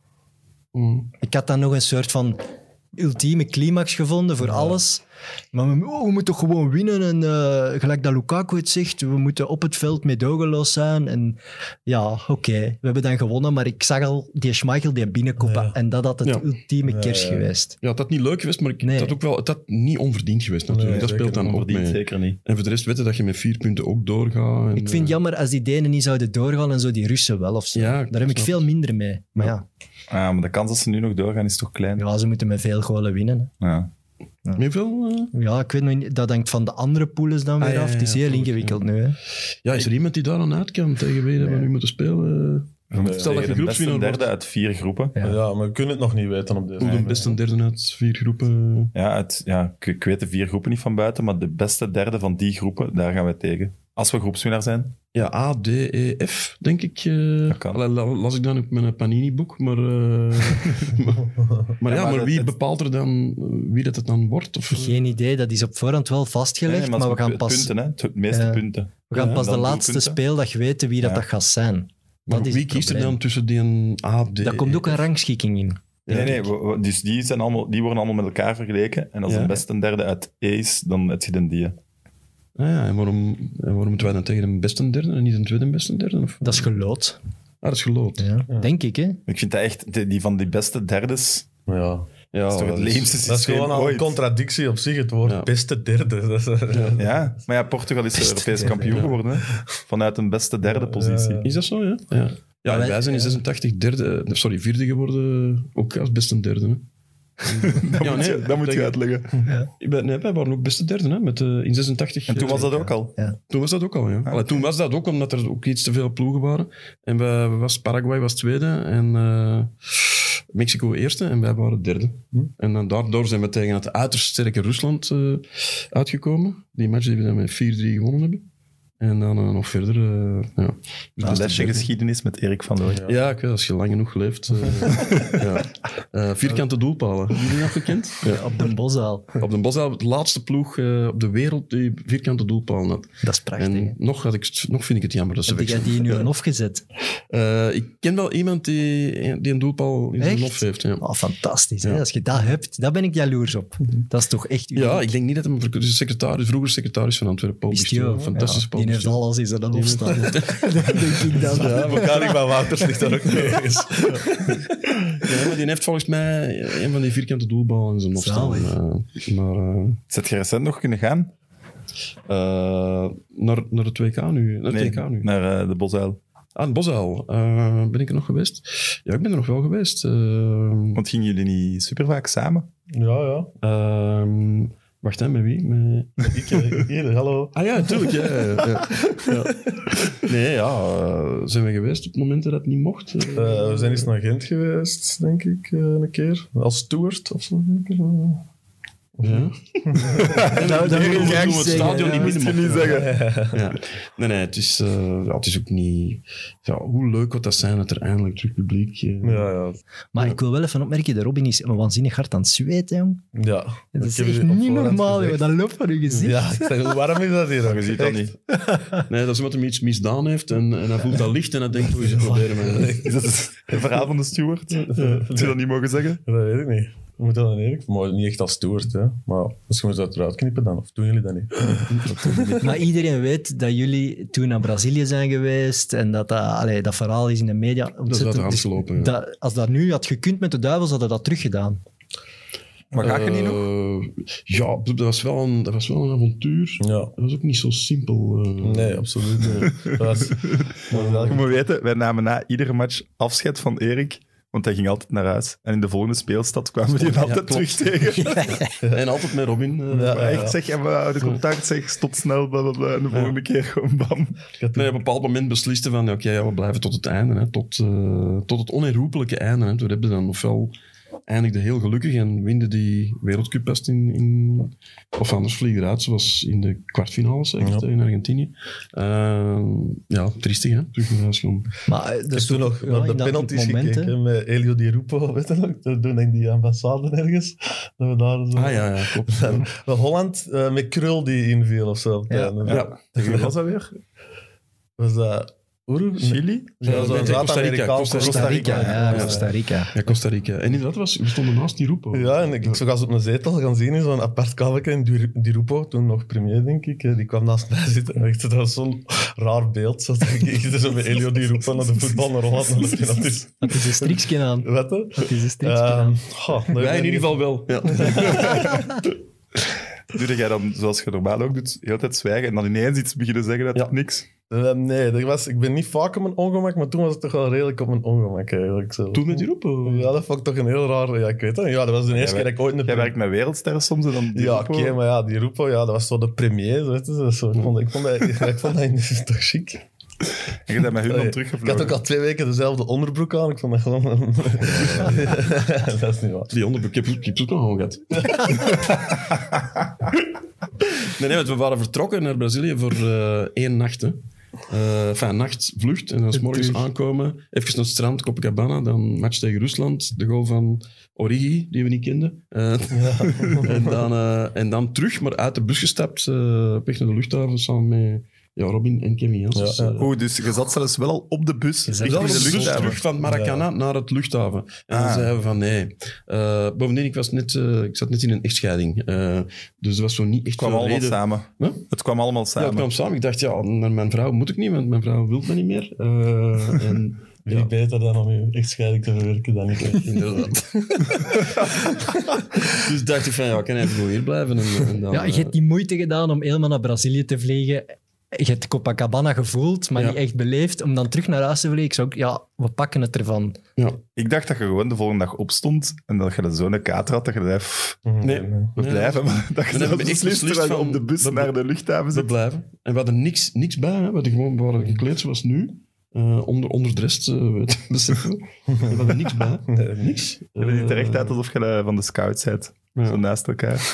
Mm. Ik had dan nog een soort van ultieme climax gevonden voor ja. alles. Maar we, oh, we moeten toch gewoon winnen. En uh, gelijk dat Lukaku het zegt, we moeten op het veld meedogenloos zijn. En ja, oké, okay, we hebben dan gewonnen, maar ik zag al die Schmeichel die binnenkoppen. Ja. En dat had het ja. ultieme ja, kerst ja. geweest. Ja, het had niet leuk geweest, maar ik, nee. dat ook wel, het had niet onverdiend geweest natuurlijk. Nee, dat speelt dan ook mee. Zeker niet. En voor de rest weten dat je met vier punten ook doorgaat. En, ik vind het jammer als die Denen niet zouden doorgaan en zo die Russen wel of zo. Ja, daar heb ik veel minder mee. Maar ja. Ja. Ah, maar de kans dat ze nu nog doorgaan is toch klein? Ja, ze moeten met veel golen winnen. Hè. Ja. Ja. Hoeveel? Uh... Ja, ik weet nog niet. Dat hangt van de andere pools dan weer ah, ja, af. Het is ja, heel ingewikkeld ja. nu. Hè. Ja, is er iemand die daar aan uit kan tegen wie nee. we nu moeten spelen? We moeten stel dat je groepswinnaar derde uit vier groepen. Ja. ja, maar we kunnen het nog niet weten op deze. Hoe de beste derde uit vier groepen? Ja, uit, ja ik, ik weet de vier groepen niet van buiten, maar de beste derde van die groepen, daar gaan we tegen. Als we groepswinnaar zijn. Ja, A, D, E, F, denk ik. Uh, Dat kan. Allee, la- las ik dan op mijn Panini-boek. Maar, uh, maar, maar ja, Ja, maar maar het- wie het- bepaalt er dan wie dat het dan wordt? Of, Geen idee, dat is op voorhand wel vastgelegd, Nee, maar, het we gaan is pas, punten, hè? Het meeste Ja. punten. we gaan Ja, pas de dan laatste doelpunten. speeldag weten wie dat, Ja. dat gaat zijn. maar dat is wie het kiest er probleem. dan tussen die een A, D, Daar komt E, ook een F? rangschikking in. Ja, Nee, nee, we- we- dus die, zijn allemaal, die worden allemaal met elkaar vergeleken. En als Ja. een beste een derde uit E is, dan heb je dan die. Ah, ja, en waarom, en waarom moeten wij dan tegen een beste derde en niet een tweede beste derde? Of? Dat is gelood. Ah, dat is geloot. Ja. Denk ik, hè? Ik vind dat echt, die, die van die beste derdes, Ja. Ja, dat is toch het dat is- leemste Dat is systeem gewoon al een ooit. contradictie op zich, het woord Ja. beste derde. Dat is- Ja, maar ja, Portugal is Beste Europees derde, kampioen ja. geworden. Hè? Vanuit een beste derde positie. Ja, ja. Is dat zo, ja? Ja, ja Maar en wij- wij zijn in ja. zesentachtig derde, eh, sorry, vierde geworden, ook als beste derde. Hè? Dat Ja, moet, nee, je, dat moet je denk- uitleggen. Wij- Nee, wij waren ook beste derde, hè, met, eh, in zesentachtig. En toen was dat eh, ook al. Toen was dat ook al, ja. Allee, toen was dat ook omdat er ook iets te veel ploegen waren. En wij, was, Paraguay was tweede en eh, Mexico eerste en wij waren derde. Hm. En dan daardoor zijn we tegen het uiterst sterke Rusland eh, uitgekomen. Die match die we dan met vier drie gewonnen hebben. En dan eh, nog verder... eh, ja. Dus Een beste lesje derde. geschiedenis met Erik van Looy. Ja, ik weet, als je lang genoeg leeft. eh, ja. Eh, vierkante doelpalen. Hebben jullie dat gekend? Ja. Op de Boszaal. Op de Boszaal, de laatste ploeg eh, op de wereld die vierkante doelpalen had. Dat is prachtig. hè. En nog, had ik, nog vind ik het jammer dat ze Heb weg jij zijn. die in Ja. uw hof gezet? Eh, ik ken wel iemand die, die een doelpaal in zijn Echt? hof heeft. Ja. Oh, fantastisch. Hè? Ja. Als je dat hebt, daar ben ik jaloers op. Dat is toch echt... Ja, ik denk niet dat hij... Het is secretaris, vroeger secretaris van Antwerpen, Paul Bistio. Bistio. Fantastisch, Ja, Paul die heeft Bistio. alles in zijn hof staan. Dat denk ik dan. Ja, elkaar van Wouters ligt daar ook nergens. Ja, maar die heeft volgens mij een van die vierkante doelballen in zijn hof staan. Zalig. Eh, maar uh, Zet je recent nog kunnen gaan? uh, naar, naar het W K nu. Naar het Nee, W K nu. naar uh, de Bosuil. Ah, het Bosuil. Uh, ben ik er nog geweest? Ja, ik ben er nog wel geweest. Uh, Want gingen jullie niet super vaak samen? Ja, ja. uh, wacht, hè, met wie? Met... Ik, eh, hier, hallo. Ah ja, natuurlijk. Ja, ja, ja. Ja. Nee, ja, uh, zijn we geweest op momenten dat het niet mocht? Uh, Uh, we zijn eens naar Gent geweest, denk ik, uh, een keer. Als steward of zo, denk ik. Ja. dat doen wil ik we graag het zeggen, stadion ja. niet Moest je binnen niet mochten. zeggen. Ja. Nee, nee, het is, uh, ja, het is ook niet... Ja, hoe leuk wordt dat zijn dat er eindelijk terug publiek... Uh, Ja, ja. Maar ik wil wel even opmerken, de Robin is waanzinnig hard aan het zweten, jong. Ja. Dat Ik is heb echt je op niet voorhand normaal, joh. gezegd. Dat loopt van uw gezicht. Ja, ik zeg, hoe warm is dat hier? Maar je ziet dat niet. Nee, dat is omdat hij iets misdaan heeft en, en hij voelt dat licht en hij denkt, hoe is het proberen met... Is dat het verhaal van de steward? Heb je dat niet mogen zeggen? Dat weet ik niet. We moeten dat dan eerlijk, maar niet echt als steward, hè. Maar misschien moeten we dat eruit knippen dan, of doen jullie dat niet? Maar iedereen weet dat jullie toen naar Brazilië zijn geweest en dat dat, allee, dat verhaal is in de media Dat is ontzettend... uit de hand dus gelopen, ja. dat, als dat nu had gekund met de duivels, hadden dat teruggedaan. Maar ga je niet nog? Uh, ja, dat was, wel een, dat was wel een avontuur. Ja. Dat was ook niet zo simpel. Uh, Nee, absoluut niet. Dat was... Je moet weten, wij namen na iedere match afscheid van Erik, want hij ging altijd naar huis. En in de volgende speelstad kwamen we die altijd klopt. terug tegen. En altijd met Robin. Uh, Ja, Maar echt, zeg, en we houden contact, zeg, stop snel, bla, bla, bla. En de volgende keer gewoon bam. Ik had Nee, op een bepaald moment beslisten van, oké, ja, we blijven tot het einde. Hè, tot, uh, tot het onherroepelijke einde. Hè. Toen hebben we dan ofwel eindigde heel gelukkig en winde die wereldcup best in, in... Of anders vliegen eruit, zoals in de kwartfinales zeker, Ja. tegen Argentinië. Uh, ja, triestig, hè. Terug naar huis gaan. Maar eh, Ik dat heb is toen toch- nog ja, naar de in dat penalties moment, gekeken, hè. hè, met Elio Di Rupo, weet je nog? Toen denk ik die ambassade ergens. Dat we daar zo... Ah ja, ja, klopt. En wel Holland uh, met Krul die inviel of zo. op het Ja. einde. Ja. Tegen wie was dat weer? Was dat Uruguay? Chili? Ja, Ja, zo'n nee, Costa Rica, Zuid-Amerikaan. Costa Costa Rica, ja, Ja. Costa Rica. Ja, Costa Rica. En inderdaad, was, we stonden naast die Rupo. Ja, en ik, ik zag als op een zetel gaan zien in zo'n apart kamertje in Di Di Rupo, toen nog premier, denk ik. hè, Die kwam naast mij zitten. En echt, dat was zo'n raar beeld. Zo, denk ik zit zo met Elio Di Rupo naar de voetbal, naar Holland, naar de penalties. Dat is een strikje aan. Wat, hè? Dat is een strikje Ehm, aan. goh, dat Wij weet in ik ieder geval wel. Ja. Doe jij dan, zoals je normaal ook doet, de hele tijd zwijgen en dan ineens iets beginnen zeggen uit Ja. het niks? Uh, nee, dat was, ik ben niet vaak op mijn ongemak, maar toen was het toch wel redelijk op mijn ongemak eigenlijk. Zo. Toen met die Rupo. Ja, dat vond ik toch een heel raar... Ja, ik weet het. Ja, dat was de eerste Jij keer dat ik ooit... in de Jij werkt met wereldsterren soms en dan die Ja, Rupo. oké, maar ja, die Rupo, ja, dat was zo de premier. Zo, weet je, zo. Ik, vond, ik, vond dat, ik vond dat toch chic. En je bent met hun dan Allee, teruggevlogen. Ik had ook al twee weken dezelfde onderbroek aan. Ik vond dat gewoon... dat is niet waar. Die onderbroek, ik heb ik heb het ook nog al gehad. nee, nee, want we waren vertrokken naar Brazilië voor uh, één nacht. Hè. Uh, enfin, nachtvlucht. En dan 's morgens aankomen. Even naar het strand, Copacabana. Dan match tegen Rusland. De goal van Origi, die we niet kenden. Uh, ja. en, dan, uh, en dan terug, maar uit de bus gestapt. Uh, op weg naar de luchthaven samen met ja, Robin en Kevin Janssens. Ja, ja. Oeh, dus je zat zelfs wel al op de bus. Je zat op de bus terug van Maracana ja. naar het luchthaven. En ah. dan zeiden we van nee. Uh, bovendien, ik, was net, uh, ik zat net in een echtscheiding. Uh, dus er was zo niet echt... Het kwam allemaal reden. samen. Huh? Het kwam allemaal samen. Ja, het kwam samen. Ik dacht, ja, naar mijn vrouw moet ik niet, want mijn vrouw wil me niet meer. Uh, en... Wie ja. beter dan om je echtscheiding te verwerken dan ik. Inderdaad. Dus dacht ik van, ja, ik kan even hier blijven. En, en dan, ja, je hebt die moeite gedaan om helemaal naar Brazilië te vliegen. Je hebt Copacabana gevoeld, maar ja. niet echt beleefd. Om dan terug naar huis te vliegen, ik zou ook, ja, we pakken het ervan. Ja. Ik dacht dat je gewoon de volgende dag opstond en dat je zo'n kater had, dat je zei, nee, we nee. blijven. Maar dat je zelf beslist terwijl je op de bus we, naar de luchthaven zit. We blijven. En we hadden niks, niks bij. Hè. We hadden gewoon, we waren gekleed zoals nu. Uh, onder, onderdressed, uh, beseffen. We hadden niks bij. Nee, niks. Je ziet er echt uit alsof je van de scouts bent. Ja. Zo naast elkaar.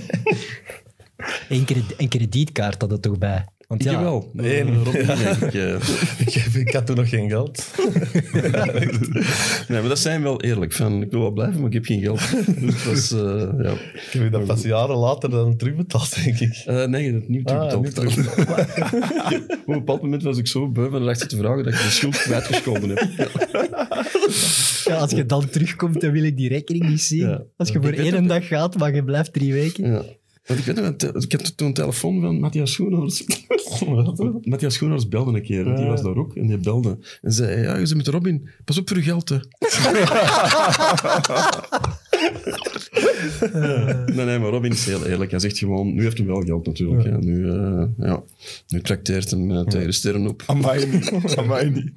Een, cred- een kredietkaart had er toch bij? Want ja, jawel. Nee, nee, nee, nee. Ik, uh, ik, heb, ik had toen nog geen geld. Nee, maar dat zijn wel eerlijk. Van, ik wil wel blijven, maar ik heb geen geld. Dus was, uh, ja. Ik heb je dat pas jaren later dan terugbetaald, denk ik. Uh, nee, je hebt het niet terugbetaald. Ah, niet terug. Op een bepaald moment was ik zo beu van erachter te vragen dat ik de schuld kwijtgescholden heb. Ja, als je dan terugkomt, dan wil ik die rekening niet zien. Ja. Als je voor één dag gaat, maar je blijft drie weken. Ja. Want ik weet nog, ik heb toen een telefoon van Matthias Schoenhorst. Matthias Schoenhorst belde een keer, die was daar ook, en die belde. En zei, ja, je zit met Robin, pas op voor je geld, hè. uh, nee, nee, maar Robin is heel eerlijk. Hij zegt gewoon, nu heeft hij wel geld natuurlijk. Ja. Ja. Nu, uh, ja. nu trakteert hem uh, tegen de sterren op. Amai niet. Amai niet.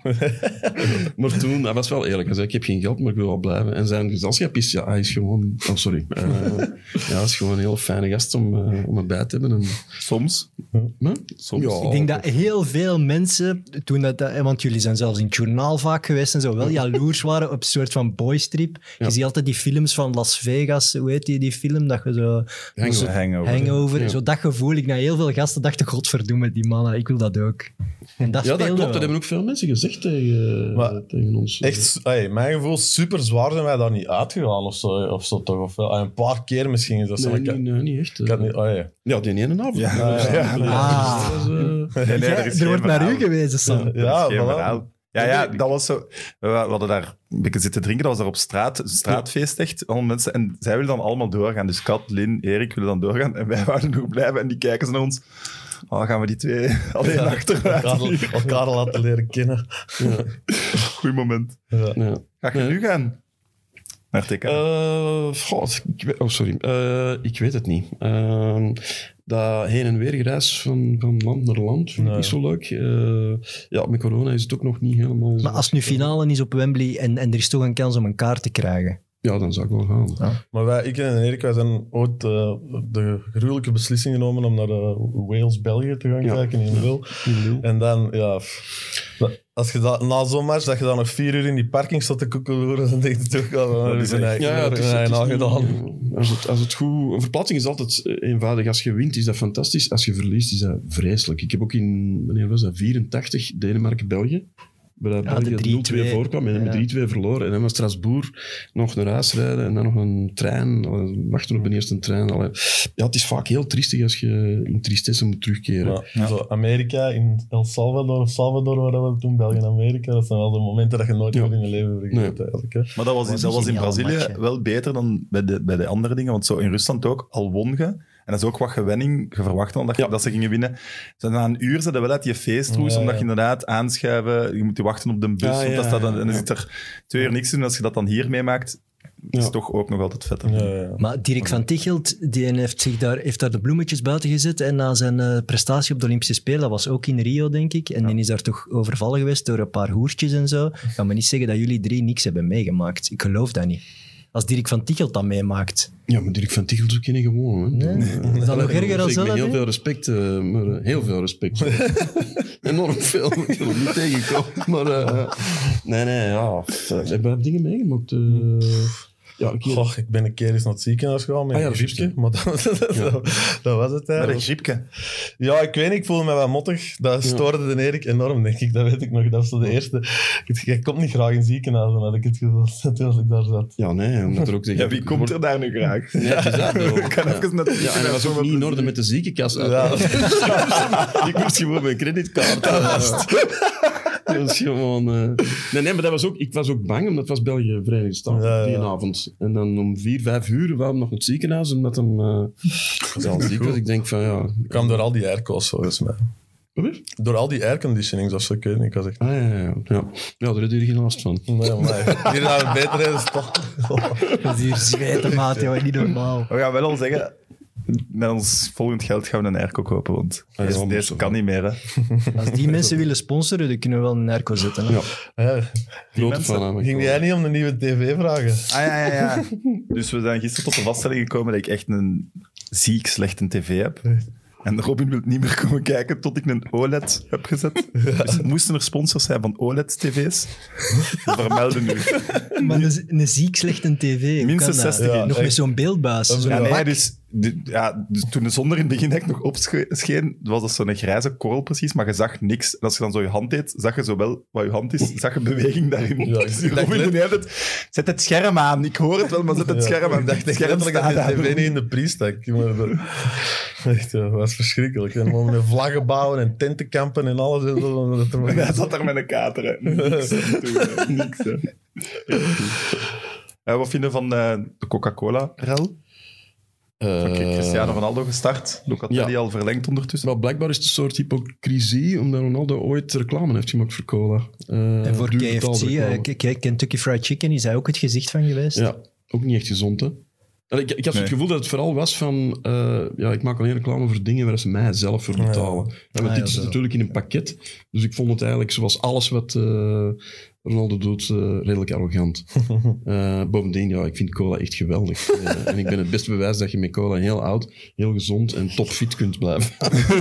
Maar toen, hij was wel eerlijk. Hij zei, ik heb geen geld, maar ik wil wel blijven. En zijn gezelschap is, ja, hij is gewoon... Oh, sorry. Uh, ja, hij is gewoon een heel fijne gast om, uh, om erbij te hebben. En, soms. Ja. Soms. Ja. Ik denk dat heel veel mensen, toen dat, want jullie zijn zelfs in het journaal vaak geweest en zo, wel jaloers waren op een soort van boystrip. Je ja. ziet altijd die films van Las Vegas, hoe heet die, die film? Dat je zo... Hangover. Hangover. hangover ja. Zo dat gevoel. Ik naar heel veel gasten dachten, godverdomme, die mannen, ik wil dat ook. En dat ja, dat klopt. wel. Dat hebben ook veel mensen gezegd tegen, maar, tegen ons. Echt, ay, mijn gevoel, super zwaar zijn wij daar niet uitgegaan of zo, of zo toch? Of, ay, een paar keer misschien. Dat nee, niet, nee, niet echt. Ik had niet, ay. Ja, die ene avond. Ja, ja, ja. Ah. Was, uh... nee, nee, er, er wordt naar u gewezen, Sam. Ja, ja, voilà. Ja, ja, dat was zo... We hadden daar een beetje zitten drinken, dat was daar op straat, een straatfeest echt, allemaal mensen, en zij willen dan allemaal doorgaan. Dus Kat, Lin, Erik willen dan doorgaan, en wij wouden nog blijven, en die kijken ze naar ons. Oh, gaan we die twee alleen ja, achteruit elkaar, elkaar laten leren kennen. Ja. Goeie moment. Ja. Ja. Ga je nu gaan? Naar T K? Uh, God, ik weet, oh, sorry. Uh, ik weet het niet. Uh, dat heen en weer gereis van, van land naar land vind ik nee. niet zo leuk. Uh, ja, met corona is het ook nog niet helemaal... Maar als het nu finale is op Wembley en, en er is toch een kans om een kaart te krijgen... Ja, dan zou ik wel gaan. Ja. Maar wij, ik en Erik, wij zijn ooit uh, de gruwelijke beslissing genomen om naar uh, Wales-België te gaan ja. kijken in Lille. Ja. En dan, ja... Als je dat, na zo'n match, dat je dan nog vier uur in die parking staat te koekeloeren, dan denk je toch wel, we zijn eigenlijk ja, ja, het is, het is nagedaan. Niet, als, het, als het goed... Een verplaatsing is altijd eenvoudig. Als je wint, is dat fantastisch. Als je verliest, is dat vreselijk. Ik heb ook in, wanneer was dat, vierentachtig, Denemarken-België. Waar ja, België nul twee voorkwam en ja. met drie twee verloren. En dan was Strasbourg nog naar huis rijden en dan nog een trein. Wachten op de eerste trein. Allee. Ja, het is vaak heel triestig als je in tristesse moet terugkeren. Ja. Ja. Zo Amerika, in El Salvador, Salvador, waar we toen België en Amerika. Dat zijn wel de momenten dat je nooit meer ja. in je leven vergeet. Nee. Eigenlijk, hè. Maar dat was, in, dat was in Brazilië match, wel beter dan bij de, bij de andere dingen. Want zo in Rusland ook, al won je. En dat is ook wat gewenning. Je verwacht dan dat, je, ja. dat ze gingen winnen. Dus na een uur zit er wel uit je feestroes, ja, omdat je inderdaad aanschuiven, je moet je wachten op de bus. Ja, ja, dat staat dan, en dan zit er twee uur niks doen. Als je dat dan hier meemaakt, is het ja. toch ook nog altijd vetter. Ja, ja, ja. Maar Dirk van Tichelt, die heeft, zich daar, heeft daar de bloemetjes buiten gezet. En na zijn uh, prestatie op de Olympische Spelen, dat was ook in Rio, denk ik. En ja. die is daar toch overvallen geweest door een paar hoertjes en zo. Ik ga me niet zeggen dat jullie drie niks hebben meegemaakt. Ik geloof dat niet. Als Dirk van Tichelt dat meemaakt. Ja, maar Dirk van Tichelt ook kennen gewoon. Hè. Nee? Is dat nog erger dan zo? Met heel veel respect, uh, maar uh, heel veel respect. Enorm veel. Ik wil er niet tegenkomen. Maar uh, nee, nee, ja. We hebben dingen meegemaakt. Uh, Ja, een keer... Goh, ik ben een keer eens naar het ziekenhuis gegaan met Ah ja, een dat is griepje. juist, Maar dat, dat, Ja. dat, dat was het Met een eigenlijk. griepje. Ja, ik weet niet, ik voelde me wat mottig. Dat stoorde de Erik enorm, denk ik. Dat weet ik nog. Dat was zo de eerste. Jij komt niet graag in het ziekenhuis, had ik het gevoel. Toen als ik daar zat. Ja, nee, omdat er ook... Ja, wie komt er daar nu graag? Nee, het is dat, bro. Ik kan Ja. even met Ja, en hij was ook niet in orde met de ziekenkast. Ja. Ik moest gewoon mijn creditcard. Dat was gewoon... uh... Nee, nee, maar dat was ook... Ik was ook bang, omdat het was België Verenigde Staten Ja, ja. die avond. En dan om vier, vijf uur waren we nog naar het ziekenhuis, omdat hem uh, ja, ziek was. Ik denk van, ja... Ik kwam door al die airco's, volgens mij. Wat? Door al die airconditionings of zo, ik weet niet. Ik was echt... Ah, ja, ja, ja. Ja, ja daar heb je geen last van. Nee, maar hier naar het beter is toch... Dat is hier zweten, maat, joh, niet normaal. We gaan wel al zeggen, met ons volgend geld gaan we een airco kopen, want Ah, ja, deze, moet deze zo. kan niet meer. Hè. Als die mensen willen sponsoren, dan kunnen we wel een airco zetten. Hè. Ja, Ja, grote mensen- fan aan me. ging jij niet om de nieuwe tv vragen? Ah ja, ja, ja. Dus we zijn gisteren tot de vaststelling gekomen dat ik echt een ziek slechte tv heb. En Robin wil niet meer komen kijken tot ik een O L E D heb gezet. Dus moesten er sponsors zijn van O L E D-tv's? Vermelden nu. Maar een, een ziek slechte tv. hoe Minstens kan dat? zestig Nog inch. met zo'n beeldbuis. Ja, Zo'n Ja, nee, bak. dus, de- ja, dus toen de zon er in het begin echt nog opscheen, was dat zo'n grijze korrel precies, maar je zag niks. En als je dan zo je hand deed, zag je zowel wat je hand is, zag je beweging daarin. Ja, dus ik dacht Robin net- de hele tijd, zet het scherm aan. Ik hoor het wel, maar zet het Ja, scherm aan. ik dacht Het echt scherm letterlijk dat staat de tv aan. niet in de prijs stak. Maar dat, echt, ja, dat was verschrikkelijk. En dan met vlaggen bouwen en tentenkampen en alles. En zo, dat er En hij zat daar met een kater. Hè. Niks aan doen, hè. Niks, hè. Eh, wat vinden we van eh, de Coca-Cola-rel? Uh, Cristiano Ronaldo gestart. Locatelli ja. al verlengd ondertussen. Maar blijkbaar is het een soort hypocrisie, omdat Ronaldo ooit reclame heeft gemaakt voor cola. Uh, En voor duur K F betaalde C, reclame. eh, K- K- Kentucky Fried Chicken, is hij ook het gezicht van geweest? Ja, ook niet echt gezond, hè. En Ik, ik had Nee. het gevoel dat het vooral was van... uh, ja, ik maak alleen reclame voor dingen waar ze mij zelf voor betalen. Ja, maar Ah, dit ja, zit zo. natuurlijk in een pakket. Dus ik vond het eigenlijk, zoals alles wat uh, Ronaldo doet, uh, redelijk arrogant. Uh, bovendien, ja, ik vind cola echt geweldig. Uh, en ik ben het beste bewijs dat je met cola heel oud, heel gezond en topfit kunt blijven.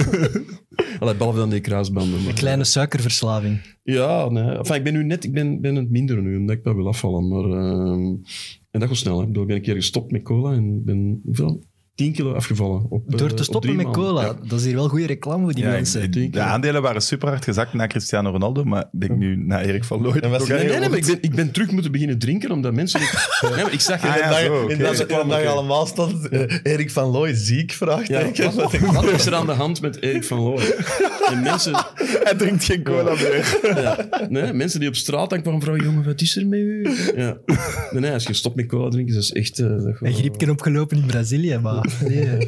Allee, behalve dan die kruisbanden. Maar, Een kleine suikerverslaving. Ja, nee. Enfin, ik ben nu net... Ik ben, ben het minder nu, omdat ik wel wil afvallen. Maar... Uh, en dat gaat snel, hè. Ik bedoel, ik ben een keer gestopt met cola en ik ben... Hoeveel? tien kilo afgevallen. Op, Door uh, te op stoppen drie met maanden. cola, Ja. dat is hier wel goede reclame voor die Ja, mensen. ik- denk de ik. aandelen waren super hard gezakt naar Cristiano Ronaldo, maar ik denk nu naar Erik van Looy. En was Toch hij- Nee, nee, nee, maar eigenlijk- ik ben, ik ben terug moeten beginnen drinken, omdat mensen... nee, maar ik zag... Ah, ja, dat, zo, oké. in dat, Ja, in dat oké. allemaal stond uh, Erik van Looy ziek, Ja, vraagteken. wat, wat is er aan de hand met Erik van Looy? En mensen, Hij drinkt geen cola meer. ja, nee, mensen die op straat dan kwamen vragen, jongen, wat is er met u? Ja. Nee, nee, als je stopt met cola drinken, dat is echt... Uh, dat Een gewoon- griepje opgelopen in Brazilië, maar... Nee.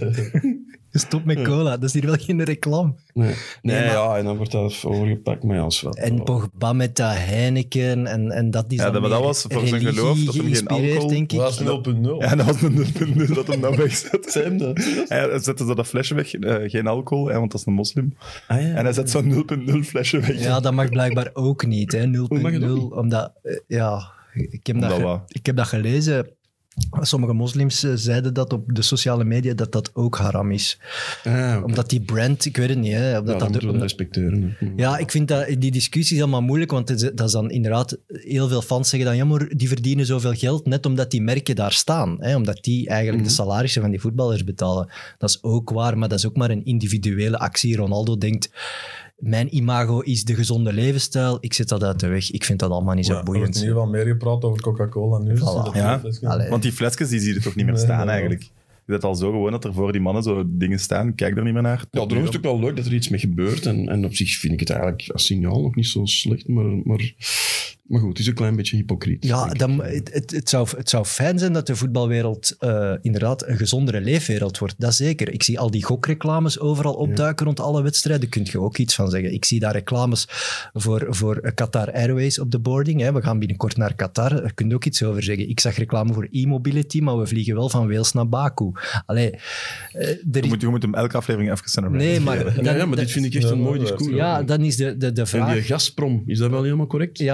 Stop met cola, dat is hier wel geen reclame. Nee, nee, Nee, maar- ja, en dan wordt dat overgepakt, maar ja, dat is wel... En Pogba met dat Heineken, en, en dat is Ja, dan dat- maar dat meer was voor zijn religie geloof, dat hem geen geïnspireerd, alcohol- denk ik. Dat was nul punt nul. Ja, dat was een nul punt nul dat hem dan wegzet. Zijn dat? Hij zette zo dat flesje weg, eh, geen alcohol, hè, want dat is een moslim. Ah, ja. En hij zet zo'n nul punt nul flesje weg. Ja, dat mag blijkbaar ook niet, hè, nul Hoe mag punt het ook nul. Omdat, eh, ja, ik heb, dat Omdat ge- wat? ik heb dat gelezen. Sommige moslims eh, zeiden dat op de sociale media, dat dat ook haram is. Ah, oké. Omdat die brand, ik weet het niet, hè. Ja, Omdat dat dat, moeten we omdat- respecteren. hè. ja, ik vind dat, die discussie is allemaal moeilijk, want het is- dat is dan inderdaad... Heel veel fans zeggen dan, ja, maar die verdienen zoveel geld net omdat die merken daar staan. Hè, omdat die eigenlijk de salarissen van die voetballers betalen. Dat is ook waar, maar dat is ook maar een individuele actie. Ronaldo denkt, mijn imago is de gezonde levensstijl, ik zet dat uit de weg. Ik vind dat allemaal niet zo Ja, er wordt boeiend. in ieder geval meer gepraat over Coca-Cola nu. Voilà. Ja. Allee. Want die flesjes die zie je toch niet meer Nee, staan nee, eigenlijk. Is dat al zo gewoon dat er voor die mannen zo dingen staan? Kijk er niet meer naar. Ja, daarom is het ook wel leuk dat er iets mee gebeurt. En, en op zich vind ik het eigenlijk als signaal nog niet zo slecht. Maar, maar, maar goed, het is een klein beetje hypocriet. Ja, denk ik. dan, het, het, het, zou, het zou fijn zijn dat de voetbalwereld eh, inderdaad een gezondere leefwereld wordt. Dat zeker. Ik zie al die gokreclames overal opduiken rond alle wedstrijden. Daar kun je ook iets van zeggen. Ik zie daar reclames voor, voor Qatar Airways op de boarding. Hè. We gaan binnenkort naar Qatar. Daar kun je ook iets over zeggen. Ik zag reclame voor e-mobility, maar we vliegen wel van Wales naar Baku. Allee, eh, er Je is- moet, je moet hem elke aflevering even naar Nee, maar... Ja, dan- ja, maar dan- dit vind ik echt een Ja, mooi dat- discours. Ja, dan is de, de, de En vraag... die Gazprom, is dat wel helemaal correct? Ja, voilà.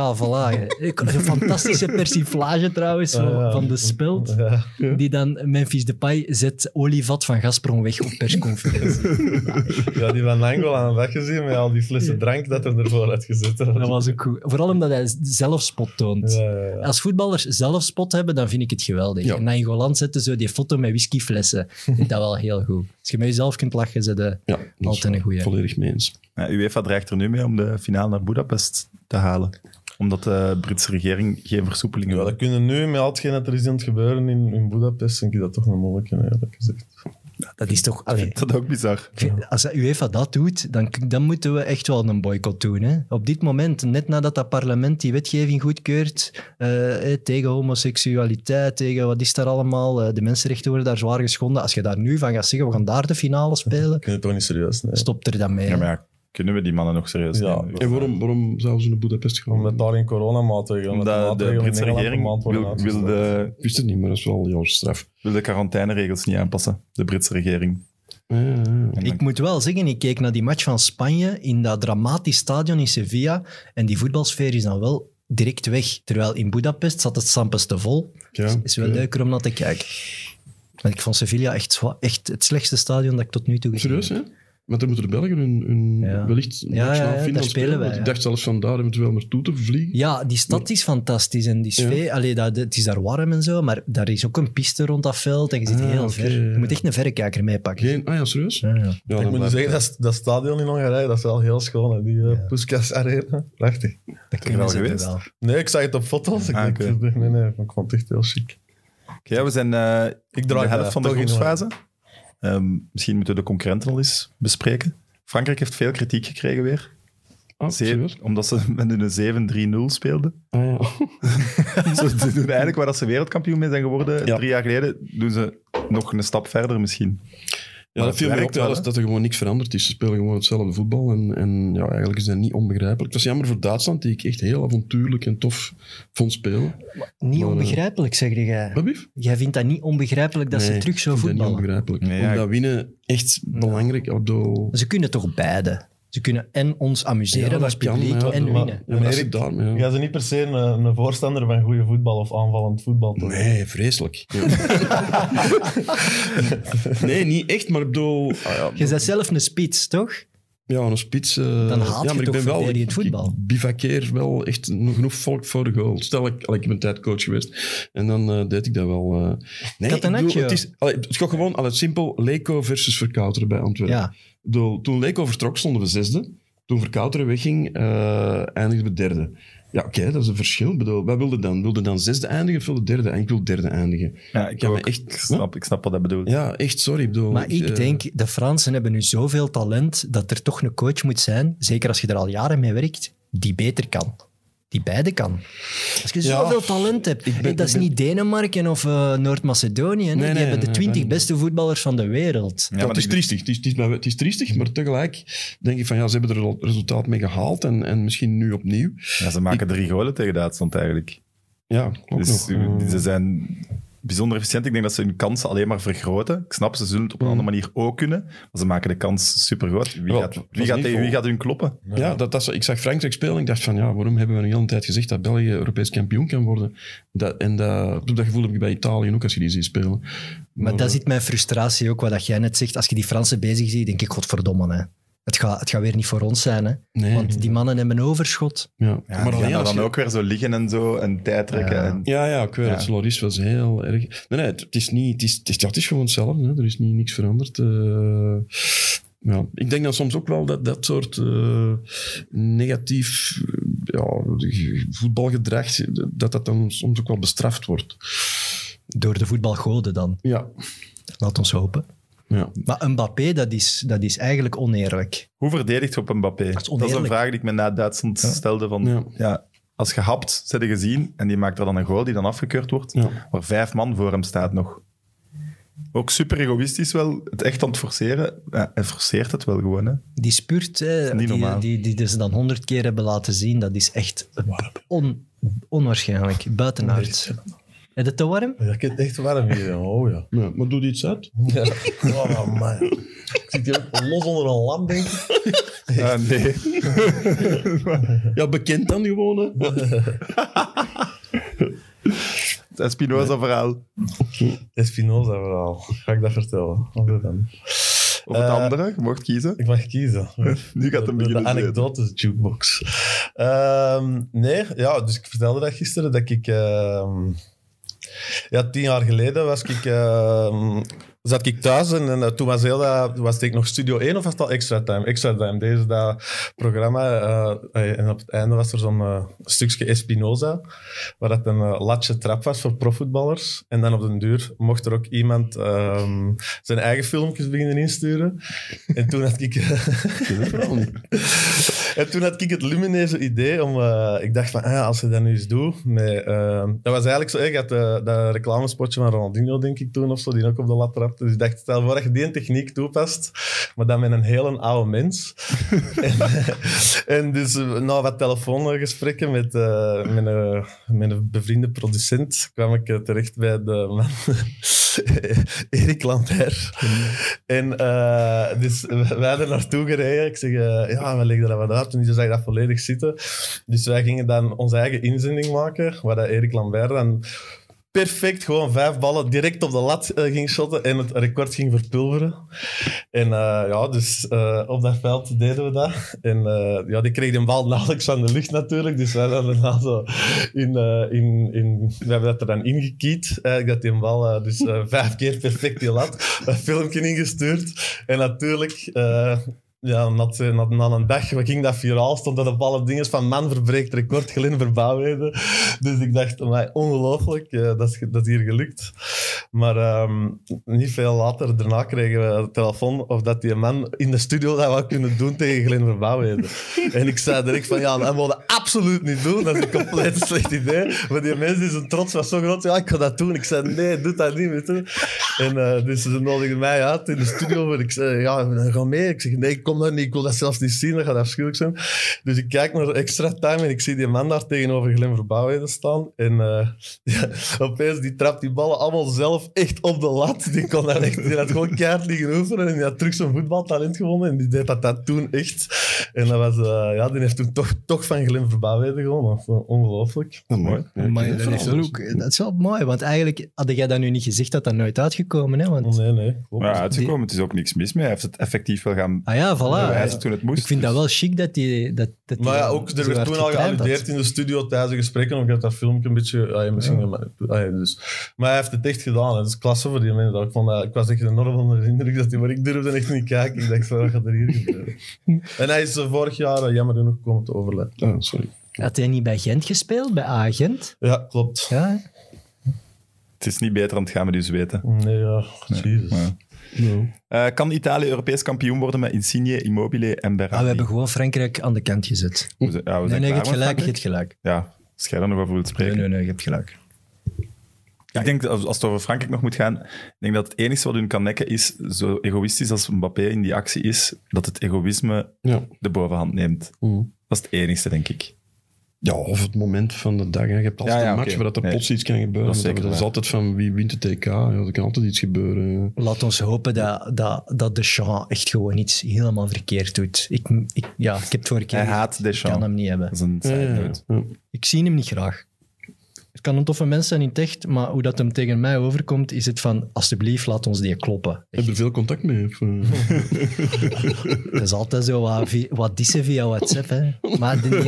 vragen. Een fantastische persiflage trouwens van, Ah, ja. van de Speld. Ja. Die dan Memphis Depay zet olievat van Gazprom weg op persconferentie. Ja, die van Angola aan weggezien met al die flessen drank dat er ervoor had gezet. Dat was ook goed. Vooral omdat hij zelfspot toont. Ja, ja, ja. Als voetballers zelfspot hebben, dan vind ik het geweldig. Ja. En Nainggolan zette zo die foto met whiskyflessen. Ik vind dat wel heel goed. Als je met jezelf kunt lachen, zet je Ja, dat is altijd een goeie. volledig mee eens. Ja, UEFA dreigt er nu mee om de finale naar Budapest te halen. Omdat de Britse regering geen versoepelingen Ja, wil. dat kunnen nu, met al hetgeen dat er is aan het gebeuren in, in Budapest, denk ik dat toch een mogelijke, eerlijk gezegd. Dat is toch... Allee, Dat is ook bizar. ik vind, als UEFA dat doet, dan, dan moeten we echt wel een boycott doen. Hè? Op dit moment, net nadat dat parlement die wetgeving goedkeurt, eh, eh, tegen homoseksualiteit, tegen wat is daar allemaal, eh, de mensenrechten worden daar zwaar geschonden. Als je daar nu van gaat zeggen, we gaan daar de finale spelen, Ik vind het toch niet serieus, nee. stop er dan mee. Ja, hè. maar ja, kunnen we die mannen nog serieus Ja, nemen? dat- En waarom, waarom zouden ze naar Budapest gaan? Omdat daar in coronamaatregelen... omdat Omdat de maatregelen in Britse Engeland regering per maand worden wil, wil, uitgesteld. de, Ik wist het niet, maar dat is wel jouw straf. wil de quarantaineregels niet aanpassen. De Britse regering. Ja, ja, ja. En dan- Ik moet wel zeggen, ik keek naar die match van Spanje in dat dramatisch stadion in Sevilla en die voetbalsfeer is dan wel direct weg. Terwijl in Budapest zat het stampes te vol. Ja, is wel ja. leuker om naar te kijken. Want ik vond Sevilla echt, zwa- echt het slechtste stadion dat ik tot nu toe gezien Serieus, heb. hè? Want dan moeten de Belgen hun, hun Ja. wellicht een Ja, match ja, naar ja, Finland daar spelen wij, Want ja. Ik dacht zelfs van daar eventueel naartoe te vliegen. Ja, die stad is fantastisch en die sfeer, allee, dat, het is daar warm en zo, maar daar is ook een piste rond dat veld en je zit Ah, heel oké, ver. ja, Je ja. moet echt een verrekijker meepakken. Geen, ah ja, serieus? Ja, ja. Ja, Ik dan moet nu blijft- zeggen, dat, dat stadion in Hongarije, dat is wel heel schoon. Hè. Die uh, Ja. Puskas Arena. Prachtig. Dat er wel kunnen ze er geweest? wel. Nee, ik zag het op foto's. Ik Ah, denk, oké. nee, nee, ik vond het echt heel chic. Oké, ja, we zijn eh Ik in draai de helft bij, van de toch in groepsfase. Ehm, misschien moeten we de concurrenten al eens bespreken. Frankrijk heeft veel kritiek gekregen weer. Ah, Ze- serieus? omdat ze met een zeven drie nul speelden. Ah, ja. Ze doen eigenlijk waar dat ze wereldkampioen mee zijn geworden, Ja. drie jaar geleden, doen ze nog een stap verder misschien. Ja, dat het viel me werkt op wel wel, eens hè? dat er gewoon niks veranderd is. Ze spelen gewoon hetzelfde voetbal en, en ja, eigenlijk is dat niet onbegrijpelijk. Het was jammer voor Duitsland, die ik echt heel avontuurlijk en tof vond spelen. Niet Maar, eh, onbegrijpelijk, zeg jij. Wat bief? Jij vindt dat niet onbegrijpelijk dat ze Nee, terug zo ik vind dat niet voetballen? onbegrijpelijk. Nee, ja, Omdat winnen echt belangrijk. Ik bedoel, Ze kunnen toch beide? Ze kunnen en ons amuseren Ja, als dat kan, publiek ja, en maar- winnen. ja, maar als Erik, je daarmee, ja. Jij bent niet per se een, een voorstander van goede voetbal of aanvallend voetbal. Toch? Nee, vreselijk. Ja. nee, niet echt, maar ik bedoel... ah ja, Je bent zelf een spits, toch? Ja, een spits. eh, Dan haat ja, je maar ik toch ben wel, verdedigend ik- voetbal? Ik bivakkeer wel echt nog genoeg volk voor de goal. Stel, ik, allee, ik ben tijdcoach geweest en dan eh, deed ik dat wel. eh. Nee, ik Catenaccio. bedoel, het is, allee, het gaat gewoon al het simpel Leco versus Verkouteren bij Antwerpen. Ja. Ik bedoel, toen Leco vertrok, stonden we zesde. Toen Verkouteren wegging, eh eindigden we derde. Ja, oké, dat is een verschil. Ik bedoel, wat wilde dan? Wilde dan zesde eindigen of wilde derde? En ik wil derde eindigen. Ja, ik, Ja, maar ook. echt- ik, snap, ik snap wat dat bedoelt. Ja, echt, sorry. Ik bedoel, Maar ik eh, denk, de Fransen hebben nu zoveel talent dat er toch een coach moet zijn, zeker als je er al jaren mee werkt, die beter kan. Die beide kan. Als je Ja, zoveel talent hebt. ik ben- Hey, dat is ik ben- niet Denemarken of eh, Noord-Macedonië. hè. Nee, die nee, hebben de nee, twintig ben- beste voetballers van de wereld. Ja, Ja, maar het is ik- triestig. Het is, het, is, maar- het is triestig, maar tegelijk denk ik van ja, ze hebben er al resultaat mee gehaald en, en misschien nu opnieuw. Ja, ze maken drie golen tegen Duitsland eigenlijk. Ja, ook Dus nog. eh, ze zijn bijzonder efficiënt. Ik denk dat ze hun kansen alleen maar vergroten. Ik snap, ze zullen het op een Mm. andere manier ook kunnen. Maar ze maken de kans super groot. Wie, Wel, gaat, het wie, was gaat niet tegen wie vol. gaat hun kloppen? ja, dat, dat, is- ik zag Frankrijk spelen en ik dacht van ja, waarom hebben we een hele tijd gezegd dat België Europees kampioen kan worden? Dat, en dat, dat gevoel heb ik bij Italië ook als je die ziet spelen. Maar daar zit mijn frustratie ook, wat dat jij net zegt. Als je die Fransen bezig ziet, denk ik, godverdomme. Hè. Het gaat, het gaat weer niet voor ons zijn. Hè. Nee. Want die mannen hebben een overschot. Ja, Ja, maar die gaan alleen daar als dan je- ook weer zo liggen en zo en tijd trekken. Ja. En, Ja, ja, ik weet Ja. het. Loris was heel erg... Nee, nee, het het is, niet, het is, het is, ja, het is gewoon hetzelfde. Hè. Er is niet, niks veranderd. Eh, ja. Ik denk dan soms ook wel dat dat soort eh, negatief eh, ja, voetbalgedrag, dat dat dan soms ook wel bestraft wordt. Door de voetbalgoden dan. Ja. Laat ons hopen. Ja. Maar Mbappé, dat is, dat is eigenlijk oneerlijk. Hoe verdedigt je op Mbappé? Dat is is, een oneerlijk. vraag die ik me na Duitsland stelde. Van, Ja. ja. als je hapt, zet je gezien en die maakt er dan een goal die dan afgekeurd wordt, Ja. waar vijf man voor hem staat nog. Ook super egoïstisch wel, het echt aan het forceren. Ja, hij forceert het wel gewoon, hè. Die spurt, hè, niet die, normaal. die, die, die ze dan honderd keer hebben laten zien, dat is echt on, onwaarschijnlijk. Buitenaards. Is het te warm? Ja, ik heb het echt warm hier. Oh ja. Ja, maar doe die iets uit. ja. Oh man. Zit hij ook los onder een lamp, denk ik? Uh, nee. Ja, bekend dan gewoon, hè. Het Espinoza-verhaal. Espinoza-verhaal. Ga ik dat vertellen? Wat is dat dan? Of het Uh, andere, je mocht kiezen. Ik mag kiezen. Nu gaat het De, beginnen de zweten. anekdotes jukebox. Um, nee, ja, dus ik vertelde dat gisteren dat ik... Um, ja, tien jaar geleden was ik... Um, zat ik thuis en, en toen was, heel dat, was ik nog Studio één of was het al Extra Time? Extra Time, deze dat programma. Uh, en op het einde was er zo'n uh, stukje Espinoza, waar dat een uh, latje trap was voor profvoetballers. En dan op den duur mocht er ook iemand um, zijn eigen filmpjes beginnen insturen. En toen had ik... en toen had ik het lumineuze idee om... Uh, ik dacht van, ah, als je dat nu eens doet... Met, uh, dat was eigenlijk zo... Ik had uh, dat reclamespotje van Ronaldinho, denk ik, toen of zo, die ook op de lat trapte. Dus ik dacht, stel voor dat je die techniek toepast, maar dan met een hele oude mens. en, en dus na wat telefoongesprekken met, uh, met, een, met een bevriende producent kwam ik uh, terecht bij de man Erik Lambert. En uh, dus wij er naartoe gereden. Ik zeg, uh, ja, we legden dat wat uit. En die zag dat volledig zitten. Dus wij gingen dan onze eigen inzending maken, waar dat Erik Lambert dan perfect gewoon vijf ballen direct op de lat uh, ging shotten en het record ging verpulveren. En uh, ja, dus uh, op dat veld deden we dat. En uh, ja, die kreeg een bal nauwelijks van de lucht natuurlijk. Dus wij hadden daarna zo in, uh, in, in... We hebben dat er dan ingekiet. Eigenlijk dat die bal uh, dus uh, vijf keer perfect die lat. Dat filmpje ingestuurd. En natuurlijk... Uh, Ja, na, na, na een dag wat ging dat viraal, stond dat op alle dingen van man verbreekt record, Glenn Verbouwheden. Dus ik dacht, amai, ongelooflijk, uh, dat, is, dat is hier gelukt. Maar um, niet veel later, daarna kregen we de telefoon of dat die man in de studio dat wou kunnen doen tegen Glenn Verbouwheden. En ik zei direct van, ja, dat moet je absoluut niet doen, dat is een compleet slecht idee. Maar die mensen, zijn trots was zo groot, ja, ik ga dat doen. Ik zei, nee, doe dat niet, weet je. En uh, dus ze nodigden mij uit in de studio. En ik zei, ja, ga mee. Ik zeg, nee, ik kom daar niet, ik wil dat zelfs niet zien, dat gaat afschuwelijk zijn. Dus ik kijk naar Extra Time en ik zie die man daar tegenover Glenn Verbouwheden staan. En uh, ja, opeens, die trapt die ballen allemaal zelf echt op de lat. Die kon dat echt, die had gewoon keihard liggen oefenen en die had terug zijn voetbaltalent gewonnen. En die deed dat, dat toen echt. En dat was, uh, ja, die heeft toen toch, toch van Glenn Verbouwheden gewonnen. Dat was ongelooflijk. Dat is mooi. Ja, Maar ik dat, vind is het wel ook, dat is wel mooi, want eigenlijk had jij dat nu niet gezegd, dat dat nooit uitgekomen. Hè? Want, Oh, nee, nee. Klopt. Maar ja, uitgekomen, het is ook niks mis mee. Hij heeft het effectief wel gaan ah ja, voilà. bewijzen toen het moest. Ik vind dat wel chic dat hij... Dat, dat die Maar ja, dan ook, zo er werd hard toen al getraind had. gealludeerd in de studio tijdens de gesprekken, omdat ik dat filmpje een beetje... Ah, ja, misschien, Ja. maar, ah, ja, dus. maar hij heeft het echt gedaan. Hè. Dat is klasse voor die mensen. Ik, vond dat, ik was echt enorm onder de indruk dat hij... Maar ik durfde echt niet kijken. Ik dacht, van, wat gaat er hier gebeuren? En hij is uh, vorig jaar uh, jammer genoeg gekomen te overlijden. Ah, sorry. Had hij niet bij Gent gespeeld, bij A-Gent? Ja, klopt. Ja, Het is niet beter aan het gaan met uw zweten. Nee, ja. Jezus. Ja. No. Uh, kan Italië Europees kampioen worden met Insigne, Immobile en Berardi? ah, we hebben gewoon Frankrijk aan de kant gezet. We zijn- ja, we Nee, zijn nee, je klaar hebt met gelijk, je Frankrijk. hebt gelijk. Ja, als jij er nog over wilt Nee, spreken. nee, nee, je hebt gelijk. Ik denk, dat als het over Frankrijk nog moet gaan, ik denk dat het enige wat hun kan nekken is, zo egoïstisch als Mbappé in die actie is, dat het egoïsme Ja. de bovenhand neemt. Mm. Dat is het enigste, denk ik. Ja, of het moment van de dag. Hè. Je hebt altijd Ja, ja, een match oké. waar dat er Nee. plots iets kan gebeuren. Dat is zeker dat is waar. altijd van wie wint het T K. Ja, er kan altijd iets gebeuren. Laat ons hopen dat, dat, dat Deschamps echt gewoon iets helemaal verkeerd doet. Ik, ik, ja, ik heb het vorige keer Hij gezegd, haat ik Deschamps. kan hem niet hebben. Dat is een Ja, side ja, note. ja. Ik zie hem niet graag. Het kan een toffe mens zijn in het echt, maar hoe dat hem tegen mij overkomt, is het van, alsjeblieft, laat ons die kloppen. Heb je er veel contact mee? Of, uh? Dat is altijd zo wat, vi- wat dissen via WhatsApp, hè. Maar die,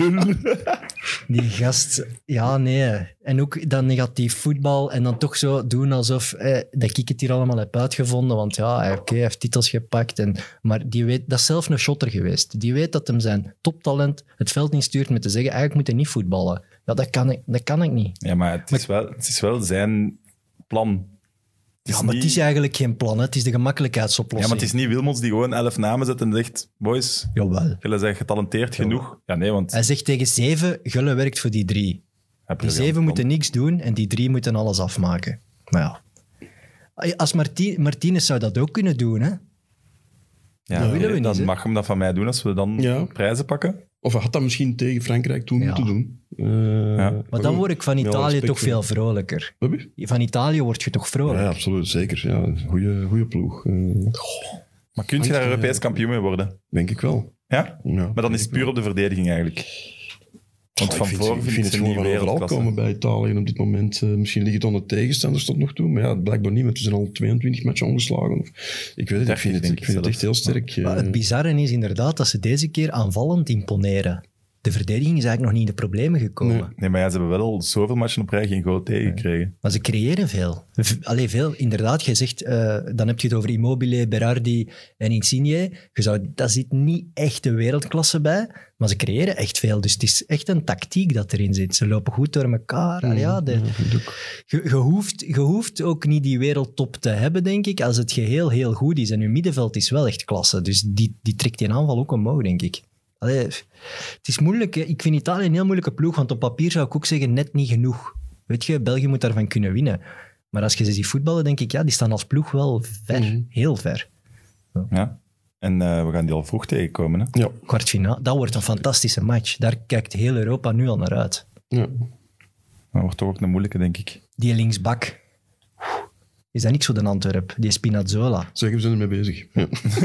die gast, ja, nee. En ook dat negatief voetbal en dan toch zo doen alsof eh, dat ik het hier allemaal heb uitgevonden, want ja, hij, oké, hij heeft titels gepakt, en, maar die weet, dat is zelf een shotter geweest. Die weet dat hem zijn toptalent het veld instuurt met te zeggen, eigenlijk moet hij niet voetballen. Ja, dat kan ik, dat kan ik niet. Ja, maar het is, wel, het is wel zijn plan. Het is Ja, maar niet- het is eigenlijk geen plan, hè. Het is de ja, gemakkelijkheidsoplossing. maar het is niet Wilmots die gewoon elf namen zet en zegt, boys, Jawel. jullie zijn getalenteerd genoeg. Ja, nee, want... Hij zegt tegen zeven, Gulle werkt voor die drie. Heb Die je zeven dan- moeten niks doen en die drie moeten alles afmaken. Maar ja. Als Marti- Martinez zou dat ook kunnen doen, hè? Ja, dat willen we oké, niet, dan hè. mag hem dat van mij doen als we dan Ja. prijzen pakken. Of hij had dat misschien tegen Frankrijk toen Ja. moeten doen. Uh, Ja. Maar dan word ik van met alle Italië respect toch voor- veel vrolijker. Wat heb je? Van Italië word je toch vrolijk. Ja, absoluut. Zeker. Ja, goeie, goeie ploeg. Uh, Maar kun je daar Europees kampioen mee worden? Denk ik wel. Ja? Ja, Maar dan is het puur op de verdediging eigenlijk. Want Oh, van ik vind, voor ik vind vind ik het ze gewoon niet van overal wereldklasse. komen bij Italië op dit moment. Uh, misschien ligt het aan de tegenstanders tot nog toe, maar ja, blijkbaar niet, want ze zijn al tweeëntwintig matchen ongeslagen. Of, ik weet het, ik vind het, denk ik ik vind het zelf. echt heel sterk. Maar uh, het bizarre is inderdaad dat ze deze keer aanvallend imponeren. De verdediging is eigenlijk nog niet in de problemen gekomen. Nee. Nee, maar ja, ze hebben wel al zoveel matchen op rij geen goal tegengekregen. Maar ze creëren veel. V- Allee, veel. Inderdaad, je zegt, uh, dan heb je het over Immobile, Berardi en Insigne. Je zou, daar zit niet echt de wereldklasse bij, maar ze creëren echt veel. Dus het is echt een tactiek dat erin zit. Ze lopen goed door elkaar. Allee, ja, de, ja, vind ik ook. je, je, hoeft, je hoeft ook niet die wereldtop te hebben, denk ik, als het geheel heel goed is. En uw middenveld is wel echt klasse. Dus die, die trekt die aanval ook omhoog, denk ik. Allee, het is moeilijk. Hè. Ik vind Italië een heel moeilijke ploeg, want op papier zou ik ook zeggen net niet genoeg. Weet je, België moet daarvan kunnen winnen. Maar als je ze ziet voetballen, denk ik, ja, die staan als ploeg wel ver. Mhm. Heel ver. Ja. En uh, we gaan die al vroeg tegenkomen. Hè? Ja, Kwartfinale, dat wordt een fantastische match. Daar kijkt heel Europa nu al naar uit. ja. Dat wordt toch ook een moeilijke, denk ik. Die linksbak. Is dat niet zo de Antwerp? Die Spinazzola. Zeg, we zijn ermee bezig. Ja.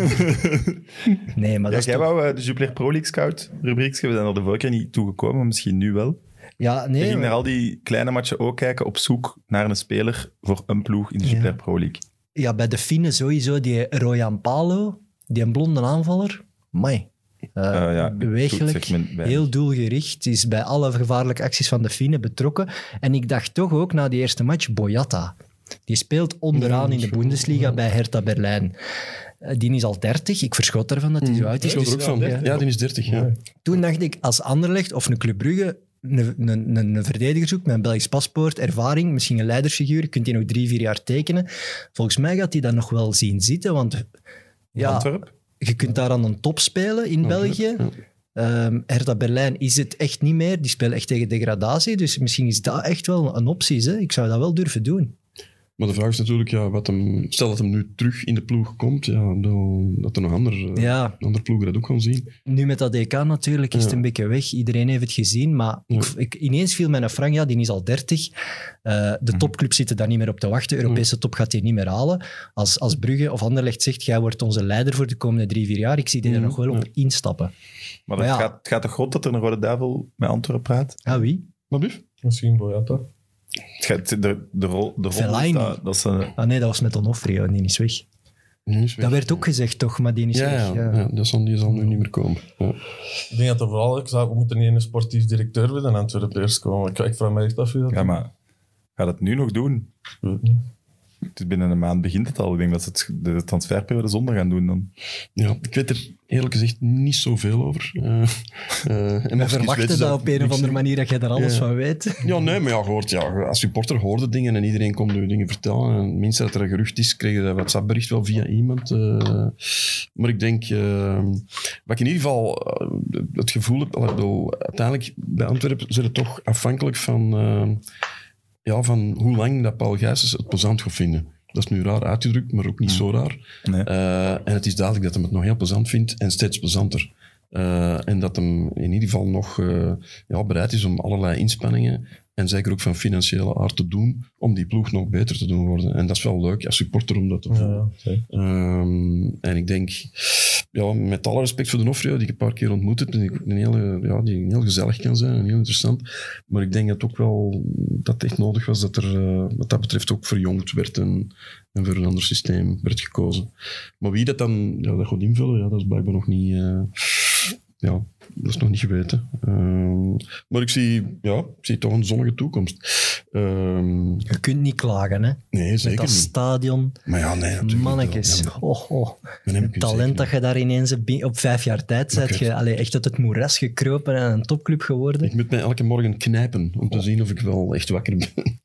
Nee, maar Ja, dat is jij toch... wou uh, de Jupiler Pro League Scout rubriekje. We zijn er de vorige keer niet toegekomen, maar misschien nu wel. Ja, Je nee. ging naar al die kleine matchen ook kijken op zoek naar een speler voor een ploeg in de Jupiler Ja. Pro League. Ja, bij de Finnen sowieso, die Royan Palo, die een blonde aanvaller. Mai. Uh, Uh, ja, bewegelijk, zeg me bij. heel doelgericht, is bij alle gevaarlijke acties van de Finnen betrokken. En ik dacht toch ook na die eerste match, Boyata. Die speelt onderaan in de Bundesliga bij Hertha Berlijn. Uh, die is al dertig, ik verschot ervan dat hij zo oud Ik is. schat er Dus ook van. ja, Ja, die is dertig. Ja. toen dacht ik, als Anderlecht of een Club Brugge een, een, een, een verdediger zoekt met een Belgisch paspoort, ervaring, misschien een leidersfiguur, kunt hij nog drie, vier jaar tekenen. Volgens mij gaat hij dat nog wel zien zitten, want ja, Antwerp? je kunt daar aan een top spelen in België. Um, Hertha Berlijn is het echt niet meer. Die spelen echt tegen degradatie, dus misschien is dat echt wel een optie. Hè? Ik zou dat wel durven doen. Maar de vraag is natuurlijk, ja, wat hem, stel dat hem nu terug in de ploeg komt, ja, dan, dat er nog andere, Ja. andere ploegen dat ook gaan zien. Nu met dat E K natuurlijk is het Ja. een beetje weg. Iedereen heeft het gezien, maar Ja. ik, ik, ineens viel mijn Frank, ja, die is al dertig. Uh, de topclubs zitten daar niet meer op te wachten. Europese top gaat hij niet meer halen. Als, als Brugge of Anderlecht zegt, jij wordt onze leider voor de komende drie, vier jaar, ik zie die er Ja. nog wel op Ja. instappen. Maar Maar het, ja. gaat, het gaat toch goed dat er een Rode Duivel met Antwerpen praat? Ah, wie? Wat blieft? Misschien Boyata. Het gaat, de, de, de rol, de rol is Fellaini. dat, dat ze... Ah nee, dat was met Onofrio, die is weg. Die is weg. Dat werd ook gezegd, toch? Maar die is Ja, weg. ja, Ja. ja, dat zal, die zal nu niet meer komen. Ja. Ik denk dat er vooral, ik zou, we moeten niet een sportief directeur bij de Antwerpen eerst komen. Ik, ik vraag me echt af wie dat Ja, maar gaat het nu nog doen? weet niet. Het is binnen een maand begint het al. Ik denk dat ze het, de transferperiode zonder gaan doen dan. Ja, ik weet er eerlijk gezegd niet zoveel over. Uh, uh, en We misschien weten verwachten ze dat op een of niks. andere manier dat jij daar alles Ja. van weet. Ja, nee, maar ja, je hoort, ja, als supporter hoorde dingen en iedereen kon je dingen vertellen. En mensen dat er een gerucht is, kregen dat WhatsApp-bericht wel via iemand. Uh, maar ik denk, uh, wat ik in ieder geval uh, het gevoel heb, allee, ik bedoel, uiteindelijk bij Antwerpen zijn het toch afhankelijk van, uh, ja, van hoe lang dat Paul Gijsens het plezant gaat vinden. Dat is nu raar uitgedrukt, maar ook niet zo raar. Nee. Uh, en het is duidelijk dat hij het nog heel plezant vindt en steeds plezanter. Uh, en dat hem in ieder geval nog uh, ja, bereid is om allerlei inspanningen en zeker ook van financiële aard te doen om die ploeg nog beter te doen worden. En dat is wel leuk als supporter om dat te voelen. Ja, zeker. Um, en ik denk, ja, met alle respect voor de Onofrio, die ik een paar keer ontmoet heb, die een hele, ja, die heel gezellig kan zijn en heel interessant. Maar ik denk dat ook wel dat het echt nodig was dat er uh, wat dat betreft ook verjongd werd en, en voor een ander systeem werd gekozen. Maar wie dat dan ja, dat gaat invullen, ja, dat is blijkbaar nog niet... Uh, ja, dat is nog niet geweten. Um, maar ik zie, ja, ik zie toch een zonnige toekomst. Um, Je kunt niet klagen, hè? nee, Met zeker dat niet. stadion. Maar ja, nee, natuurlijk Mannetjes. niet. Ja, maar- Oh, oh. maar nee, Het kun je talent zeker dat je daar ineens op- op vijf jaar tijd zet. Oké. Je allee, echt uit het moeras gekropen en een topclub geworden. Ik moet mij elke morgen knijpen om te zien of ik wel echt wakker ben.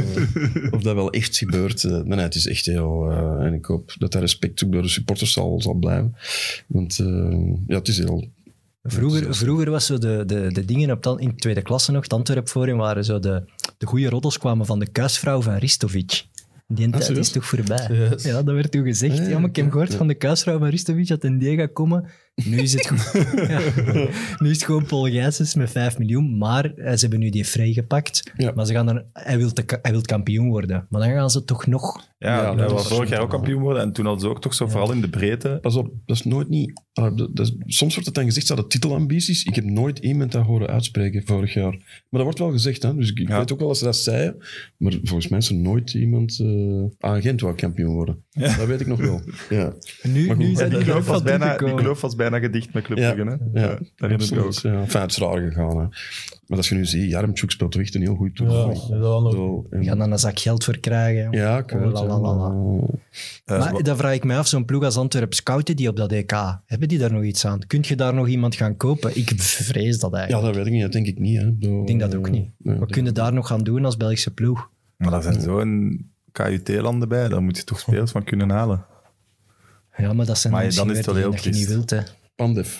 of dat wel echt gebeurt. Uh, nee, nee, het is echt heel... Uh, en ik hoop dat dat respect ook door de supporters zal, zal blijven. Want uh, ja, het is heel... Vroeger, vroeger was zo de, de, de dingen op dan, in de tweede klasse nog, het Antwerp Forum, waren zo de, de goede roddels kwamen van de kuisvrouw van Ristovic. Die tijd serieus? is toch voorbij? Yes. Ja, dat werd toen gezegd. Ja, Ja, maar ik heb ja, gehoord ja. van de kuisvrouw van Ristovic dat een die gaat komen. Nu is het gewoon, ja. nu is het gewoon Paul Gijsens met vijf miljoen, maar eh, ze hebben nu die vrijgepakt. Ja. Maar ze gaan er, hij, wil te, hij wil kampioen worden. Maar dan gaan ze toch nog... Ja, Ja, hij dat was is vorig jaar ook wel. kampioen worden. En toen hadden ze ook toch zo, vooral in de breedte... Pas op, dat is nooit niet... ah, dat, dat is- soms wordt het dan gezegd, ze hadden titelambities. Ik heb nooit iemand dat horen uitspreken vorig jaar. Maar dat wordt wel gezegd, hè. Dus ik, ik Ja. weet ook wel dat ze dat zeiden. Maar volgens mij is er nooit iemand... Uh, agent wou kampioen worden. Ja. Dat weet ik nog wel. Ja, Nu, Maar goed, nu is Ja, dat die, niet kloof was van bijna, die toegekomen. kloof was bijna gedicht met Club Ja. Brugge. Hè? Ja. Ja, dat herinner ik me ook. absoluut. Ja, enfin, het is raar gegaan. Hè. Maar als je nu ziet, Jaremchuk speelt toch echt een heel goed Ja, toernooi. dat wel nog. Zo, en- Je gaat dan een zak geld voor krijgen. Ja, ik weet Oh, het, la, la, la, la. ja. Eh, Maar wa- dan vraag ik me af, zo'n ploeg als Antwerpen, scouten die op dat E K? Hebben die daar nog iets aan? Kun je daar nog iemand gaan kopen? Ik vrees dat Ja, eigenlijk. dat weet ik niet. Dat denk ik niet. Hè. Zo, Ik denk dat ook niet. nee, Wat kun je daar nog gaan doen als Belgische ploeg? Maar daar zijn zo'n K U T-landen bij. Daar moet je toch spelers van kunnen halen. Ja, maar dat zijn Maar dan dan is misschien het wel weer heel dingen dat je niet triest. wilt. Hè. Pandev.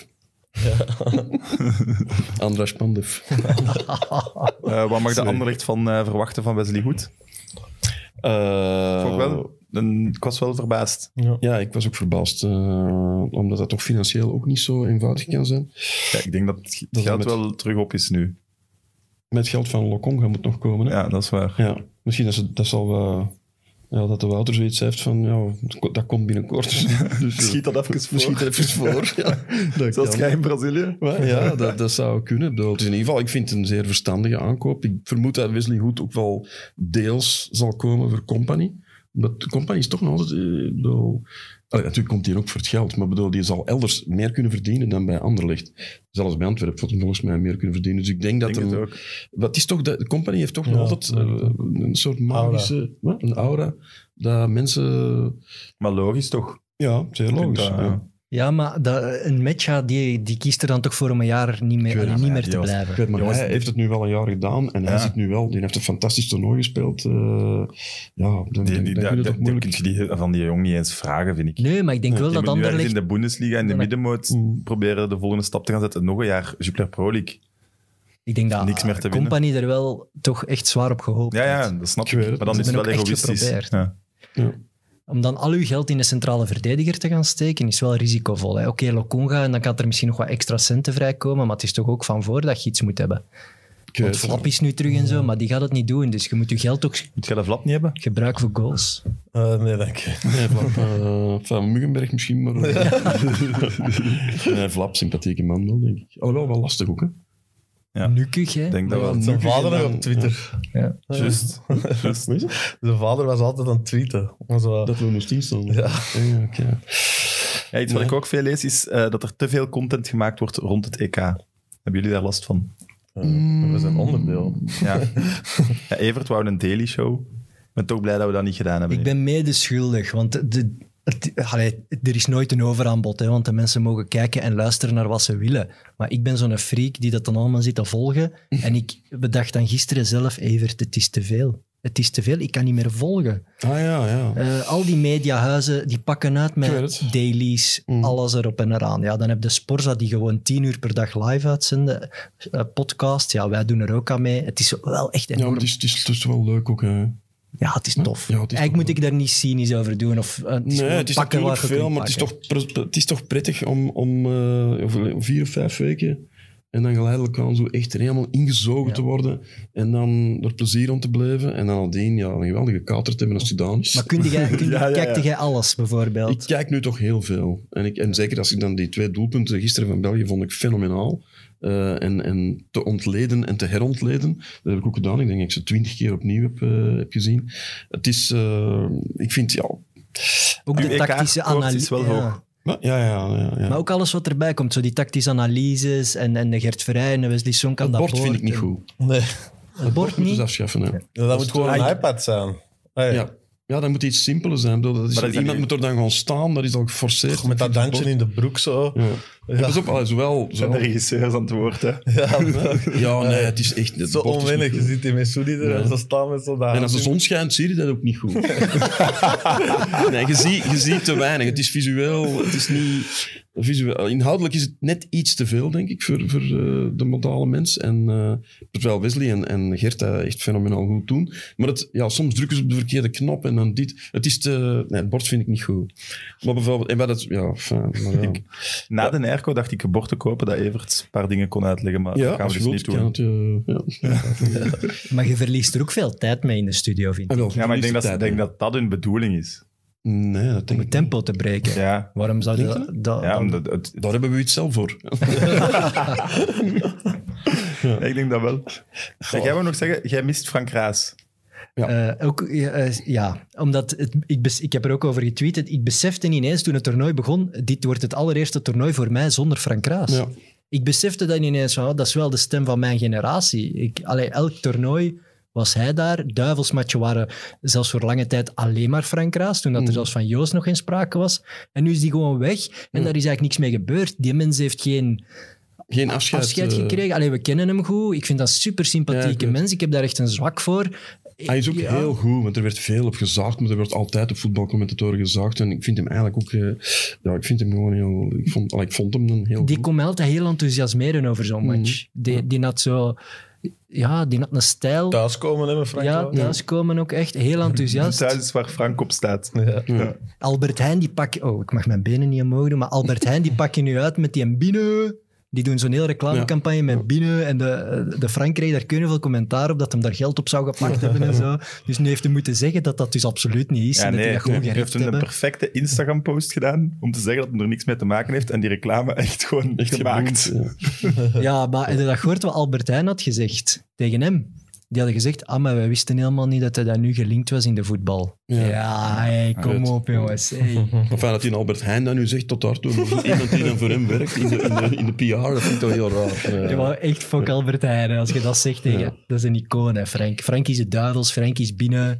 Andras Pandev. Uh, wat mag de Sorry. Anderlecht van uh, verwachten van Wesley Hoed? Uh, Vond ik wel, een, ik was wel verbaasd. Ja. Ja, ik was ook verbaasd. Uh, omdat dat toch financieel ook niet zo eenvoudig kan zijn. Ja, ik denk dat het Dat geld met- wel terug op is nu. Met geld van Lokonga moet nog komen. Hè? Ja, dat is waar. Ja, misschien dat, ze, dat zal wel... Ja, dat de Wouter zoiets heeft van, ja, dat komt binnenkort. Dus, Schiet dat even voor. Schiet er even voor. Ja, dat Zoals kan. jij in Brazilië. Maar ja, dat, dat zou kunnen. Ik bedoel, het is in ieder geval, ik vind het een zeer verstandige aankoop. Ik vermoed dat Wesley Hoed ook wel deels zal komen voor Company. Omdat de Company is toch nog altijd... eh, ik bedoel, allee, natuurlijk komt hij ook voor het geld, maar ik bedoel, die zal elders meer kunnen verdienen dan bij Anderlecht. Zelfs bij Antwerpen had hij volgens mij meer kunnen verdienen. Dus ik denk dat Ik denk hem- het ook. Wat is toch, de, de Company heeft toch Ja, nog altijd dat denk ik eh, een soort magische... Wat? Een aura. Dat mensen... Maar logisch toch? Ja, zeer Je kunt logisch. dat, ja. Ja, maar dat, een matcha, die, die kiest er dan toch voor om een jaar niet meer, Ik weet allee, het, niet ja, meer die te was- blijven. Ik weet, maar Jongens, hij heeft het nu wel een jaar gedaan en hij Ja. zit nu wel, die heeft een fantastisch toernooi gespeeld. eh, ja, dan, Die, dan, die, dan die, kun je die, toch die moeilijk... kun je die, van die jong niet eens vragen, vind ik. Nee, maar ik denk Ja, wel Die dat moet nu ergens Anderlecht... in de Bundesliga, in de Ja. middenmoot, Mm. proberen de volgende stap te gaan zetten. Nog een jaar Jupiler Pro League. Ik denk dat Niks meer te Company er wel toch echt zwaar op gehoopt Ja, heeft. ja, dat snap Ik weet ik. het. Maar dan Ze is het wel hebben ook echt egoïstisch. geprobeerd. Ja. Ja. Om dan al uw geld in de centrale verdediger te gaan steken, is wel risicovol. hè. Oké, Lokonga, en dan kan er misschien nog wat extra centen vrijkomen, maar het is toch ook van voor dat je iets moet hebben. Ik weet Want het. Flap is nu terug en zo, maar die gaat het niet doen. Dus je moet je geld ook Moet je dat Vlad niet hebben? gebruiken voor goals. Uh, nee, dank je. Nee, Vlap, uh, van Muggenberg misschien, maar... nee, Vlap, sympathieke man wel, denk ik. Alhoewel, wel lastig ook, hè. Ja. Nukkig, hè? Ik denk dat Ja, wel. nu- Zijn vader nog dan- op Twitter. Ja. Juist. Juist. Hoe is het? Zijn vader was altijd aan het tweeten. Maar zo, Dat we moest instaan. Ja. ja oké. Ja, iets wat ik ook veel lees, is eh, dat er te veel content gemaakt wordt rond het E K. Hebben jullie daar last van? uh, we zijn onderdeel. Ja. Ja, Evert wou een daily show. Ik ben toch blij dat we dat niet gedaan hebben. Ik ben medeschuldig, want de, het, allee, er is nooit een overaanbod, hè, want de mensen mogen kijken en luisteren naar wat ze willen. Maar ik ben zo'n freak die dat dan allemaal zit te volgen. En ik bedacht dan gisteren zelf, Evert, het is te veel. Het is te veel, ik kan niet meer volgen. Ah ja, ja. Uh, al die mediahuizen, die pakken uit Ik weet met het. dailies, Mm. alles erop en eraan. Ja, dan heb je Sporza die gewoon tien uur per dag live uitzenden. Uh, podcast, ja, wij doen er ook aan mee. Het is wel echt Ja, enorm. maar het is, het, is, het is wel leuk ook, hè. Ja, het is tof. Ja, het is Eigenlijk toch moet ik daar niet cynisch over doen. Of, uh, het is Nee, gewoon het is pakken natuurlijk wat je veel, kunt maar het is, pakken. toch, pre- het is toch prettig om, om uh, over vier of vijf weken en dan geleidelijk aan zo echt er helemaal ingezogen Ja. te worden en dan er plezier om te blijven en dan nadien ja, een geweldige kater te hebben als het gedaan is. Maar kun jij, kun, Ja, ja, ja. kijkte jij alles, bijvoorbeeld? Ik kijk nu toch heel veel. En, ik, en zeker als ik dan die twee doelpunten gisteren van België vond ik fenomenaal. Uh, en, en te ontleden en te herontleden. Dat heb ik ook gedaan. Ik denk dat ik ze twintig keer opnieuw heb, uh, heb gezien. Het is... Uh, ik vind, ja... ook de Uw tactische E K-koers analyse. is wel hoog. Ja, ja, ja. ja, ja. Maar ook alles wat erbij komt. Zo die tactische analyses en, en de Gert Verheij en de Wesley Sonk aan het dat bord vind ik niet en- goed. Nee, Het bord moet niet? dus afschaffen. Hè. ja, dat moet gewoon Ah, een ik- iPad zijn. Hey, Ja. ja, dat moet iets simpeler zijn. Ik bedoel, Dat is, Maar dat is iemand dan- moet er dan gewoon staan. Dat is al geforceerd. Met dat dansje in de broek zo. Ja. Ja. Ja. Pas op, allee, zowel... Zijn de zowel regisseurs aan het woord, hè? Ja, ja, nee, het is echt... het zo bord is niet onwennig. Je goed. ziet die met Soedi er Nee. en zo staan met zo'n En als de zon schijnt, zie je dat ook niet goed. nee, je ziet, je ziet te weinig. Het is visueel, het is niet... visueel, inhoudelijk is het net iets te veel, denk ik, voor, voor uh, de modale mens. En, uh, terwijl Wesley en, en Gert dat echt fenomenaal goed doen. Maar het, ja, soms drukken ze op de verkeerde knop en dan dit. Het is te... Nee, het bord vind ik niet goed. Maar bijvoorbeeld... En bij dat, ja, enfin, maar ja. Ik, na de airco dacht ik een bord te kopen dat Evert een paar dingen kon uitleggen, maar Ja, dat gaan we dus niet doen. Het, uh, ja. Maar je verliest er ook veel tijd mee in de studio, vind Ah, ik. wel, Ja, maar ik denk dat, tijd, ik denk hè. dat dat hun bedoeling is. Nee, dat Om denk het ik tempo te breken. Ja, Waarom zou je Denk dat... dat ja dan- omdat het, niet. Daar hebben we iets zelf voor. ja, ik denk dat wel. Ja, jij wou nog zeggen, jij mist Frank Raas. Eh, ook, ja, eh, ja, omdat het, ik, bes, ik heb er ook over getweet. het- Ik besefte ineens toen het toernooi begon, dit wordt het allereerste toernooi voor mij zonder Frank Raas. Ja. Ik besefte dat ineens, van, oh, dat is wel de stem van mijn generatie. Ik, allee, elk toernooi was hij daar. Duivelsmatchen waren zelfs voor lange tijd alleen maar Frank Raas, toen dat er Mm. zelfs van Joost nog geen sprake was. En nu is die gewoon weg en Ja. daar is eigenlijk niks mee gebeurd. Die mens heeft geen Geen afscheid. afscheid eh, gekregen. Allee, we kennen hem goed. Ik vind dat een super Ja, sympathieke ik weet. mens. Ik heb daar echt een zwak voor. Hij is ook Ja. heel goed, want er werd veel op gezaagd, maar er wordt altijd op voetbalcommentatoren gezaagd. En ik vind hem eigenlijk ook... eh, ja, ik vind hem gewoon heel... Ik vond, allee, ik vond hem dan heel Die goed. kon mij altijd heel enthousiasmeren over zo'n Mhm. match. Die, die had zo... Ja, die had een stijl. Thuiskomen hè, met Frank Ja, Raas. thuiskomen ook echt. Heel enthousiast. Thuis is waar Frank op staat. Ja. Ja. Albert Heijn, die pak... Oh, ik mag mijn benen niet omhoog doen, maar Albert Heijn, die pak je nu uit met die binnen... Die doen zo'n hele reclamecampagne met binnen. En de, de Frank kreeg daar veel commentaar op dat hem daar geld op zou gepakt hebben en zo. Dus nu heeft hij moeten zeggen dat dat dus absoluut niet is. Ja, en dat nee, hij dat goed hij gericht heeft toen een hebben. perfecte Instagram-post gedaan om te zeggen dat het er niks mee te maken heeft en die reclame echt gewoon Echt gemaakt. gebloemd, ja. Ja, maar heb je dat gehoord wat Albert Heijn had gezegd tegen hem? Die hadden gezegd, ah, maar wij wisten helemaal niet dat hij daar nu gelinkt was in de voetbal. Ja. Ja, hey, kom Goed. op, jongens. Hey. Maar fijn dat hij Albert Heijn dat nu zegt tot daartoe. Iemand die dan voor hem werkt in de, in de, in de P R, dat vind ik toch heel raar. Ja. Ja, maar echt fuck Albert Heijn, hè, als je dat zegt tegen... Ja. Dat is een icoon, hè, Frank. Frank is de duivels, Frank is binnen.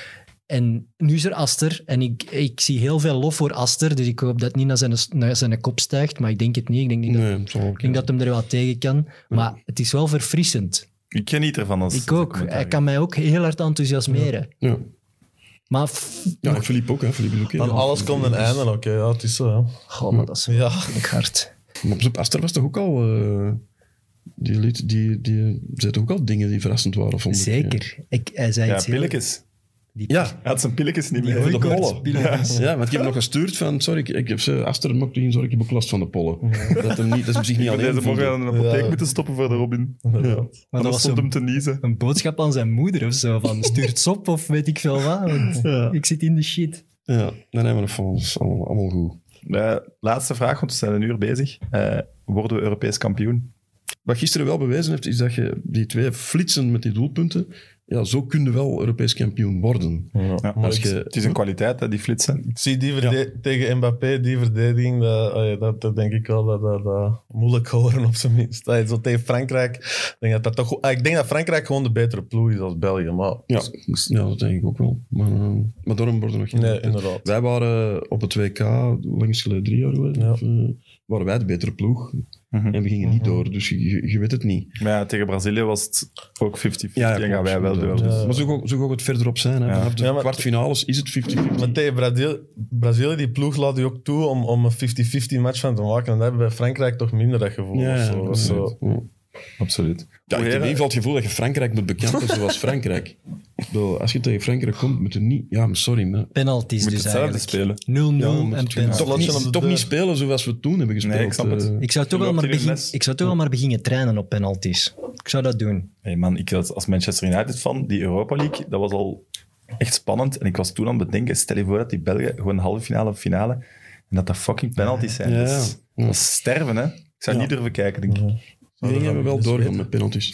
En nu is er Aster. En ik, ik zie heel veel lof voor Aster, dus ik hoop dat het niet naar zijn, naar zijn kop stijgt. Maar ik denk het niet. Ik denk, niet dat, Nee, het zal ook, ik denk dat hem er wel tegen kan. Maar het is wel verfrissend. Ik geniet ervan als Ik ook. Hij kan mij ook heel hard enthousiasmeren. Ja. Maar... f- Ja, en Philippe ook. Hè. Philippe is ook heel Van alles komt een einde. Oké, ja, het is zo. Ja. Goh, maar dat is Ja. vind ik hard. Maar op Aster was toch ook al... uh, die, liet, die, die zei toch ook al dingen die verrassend waren, vond ik. Zeker. Ik, hij zei Ja, iets heel... pilletjes. Die, Ja, Hij had zijn pilletjes niet die meer. voor de hooikoorts pollen. pilletjes. ja, want ik heb hem nog gestuurd van... Sorry, ik, ik heb ze... Aster, maakt geen zorgen, ik heb ook last van de pollen. Dat hem, niet, dat hem zich niet Ik alleen deze morgen voelde. aan een apotheek Ja. moeten stoppen voor de Robin. Ja. Maar dat Anders was stond hem zo'n te niezen. een boodschap aan zijn moeder of zo. Van stuurt sop of weet ik veel wat. Want Ja. ik zit in de shit. Ja, dan hebben we nog van ons allemaal, allemaal goed. Eh, laatste vraag, want we zijn een uur bezig. Eh, worden we Europees kampioen? Wat gisteren wel bewezen heeft, is dat je die twee flitsen met die doelpunten, ja, zo kun je wel Europees kampioen worden. Ja. Ja, Maar als ik, je- Het is een kwaliteit, hè, die flitsen. ik zie die verde- tegen Mbappé, die verdediging, dat, ah ja, dat, dat denk ik wel dat dat, dat moeilijk horen op zijn minst. Ah ja, zo tegen Frankrijk, ik denk dat dat toch goed- ah, ik denk dat Frankrijk gewoon de betere ploeg is als België. Maar Ja, ja dat denk ik ook wel. Maar, uh, maar daarom worden we nog geen... nee, inderdaad. Wij waren op het W K, hoe lang is het geleden, drie jaar geleden, Ja. of, uh, waren wij de betere ploeg. Mhm. En we gingen niet door, dus je, je, je weet het niet. Maar ja, tegen Brazilië was het ook vijftig vijftig Ja, en gaan wij wel door. Ja. Dus. Maar zo gaat, zo gaat het verderop zijn. Hè. Ja. Vanaf de Ja, maar- kwartfinales is het vijftig vijftig. Maar tegen Brazil, Brazilië, die ploeg laat je ook toe om, om een vijftig vijftig match van te maken. En dat hebben we bij Frankrijk toch minder, dat gevoel. Ja, of zo. Dat is zo. ja. Absoluut. Ja, ik heb in Heren, ieder geval het gevoel dat je Frankrijk moet bekampen zoals Frankrijk. Ik bedoel, als je tegen Frankrijk komt, moet je niet... Ja, maar sorry, maar... Penalties je moet dus hetzelfde eigenlijk. spelen. nul nul Ja, maar en het- penalties. toch Slotje op niet, de toch deur. niet spelen zoals we toen hebben gespeeld. Nee, ik snap het. eh. Ik zou, toch Je wel loopt maar hier in begin, les. ik zou toch wel maar beginnen trainen op penalties. Ik zou dat doen. Hey man, ik was als Manchester United fan, die Europa League, dat was al echt spannend. En ik was toen aan het bedenken, stel je voor dat die Belgen gewoon halve finale of finale, en dat dat fucking penalties zijn. Ja, Dat, is, ja. dat is sterven, hè. Ik zou Ja. niet durven kijken, denk ik. Die dingen hebben we wel Dus doorgaan weten. met penalties.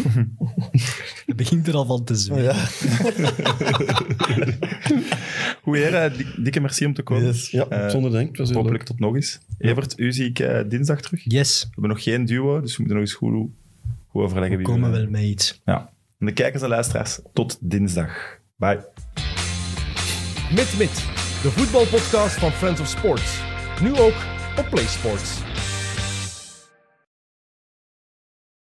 Je begint er al van te zweten. Ja. Goed, heren, dik- dikke merci om te komen. Yes. Ja, Eh, zonder denk. Het was heel Hopelijk leuk. tot nog eens. Evert, u zie ik eh, dinsdag terug. We Yes, hebben nog geen duo, dus we moeten nog eens goed, goed overleggen. we wie komen we- wel met iets. Ja. En de kijkers en luisteraars, tot dinsdag. Bye. Mit Mit, de voetbalpodcast van Friends of Sports. Nu ook op PlaySports.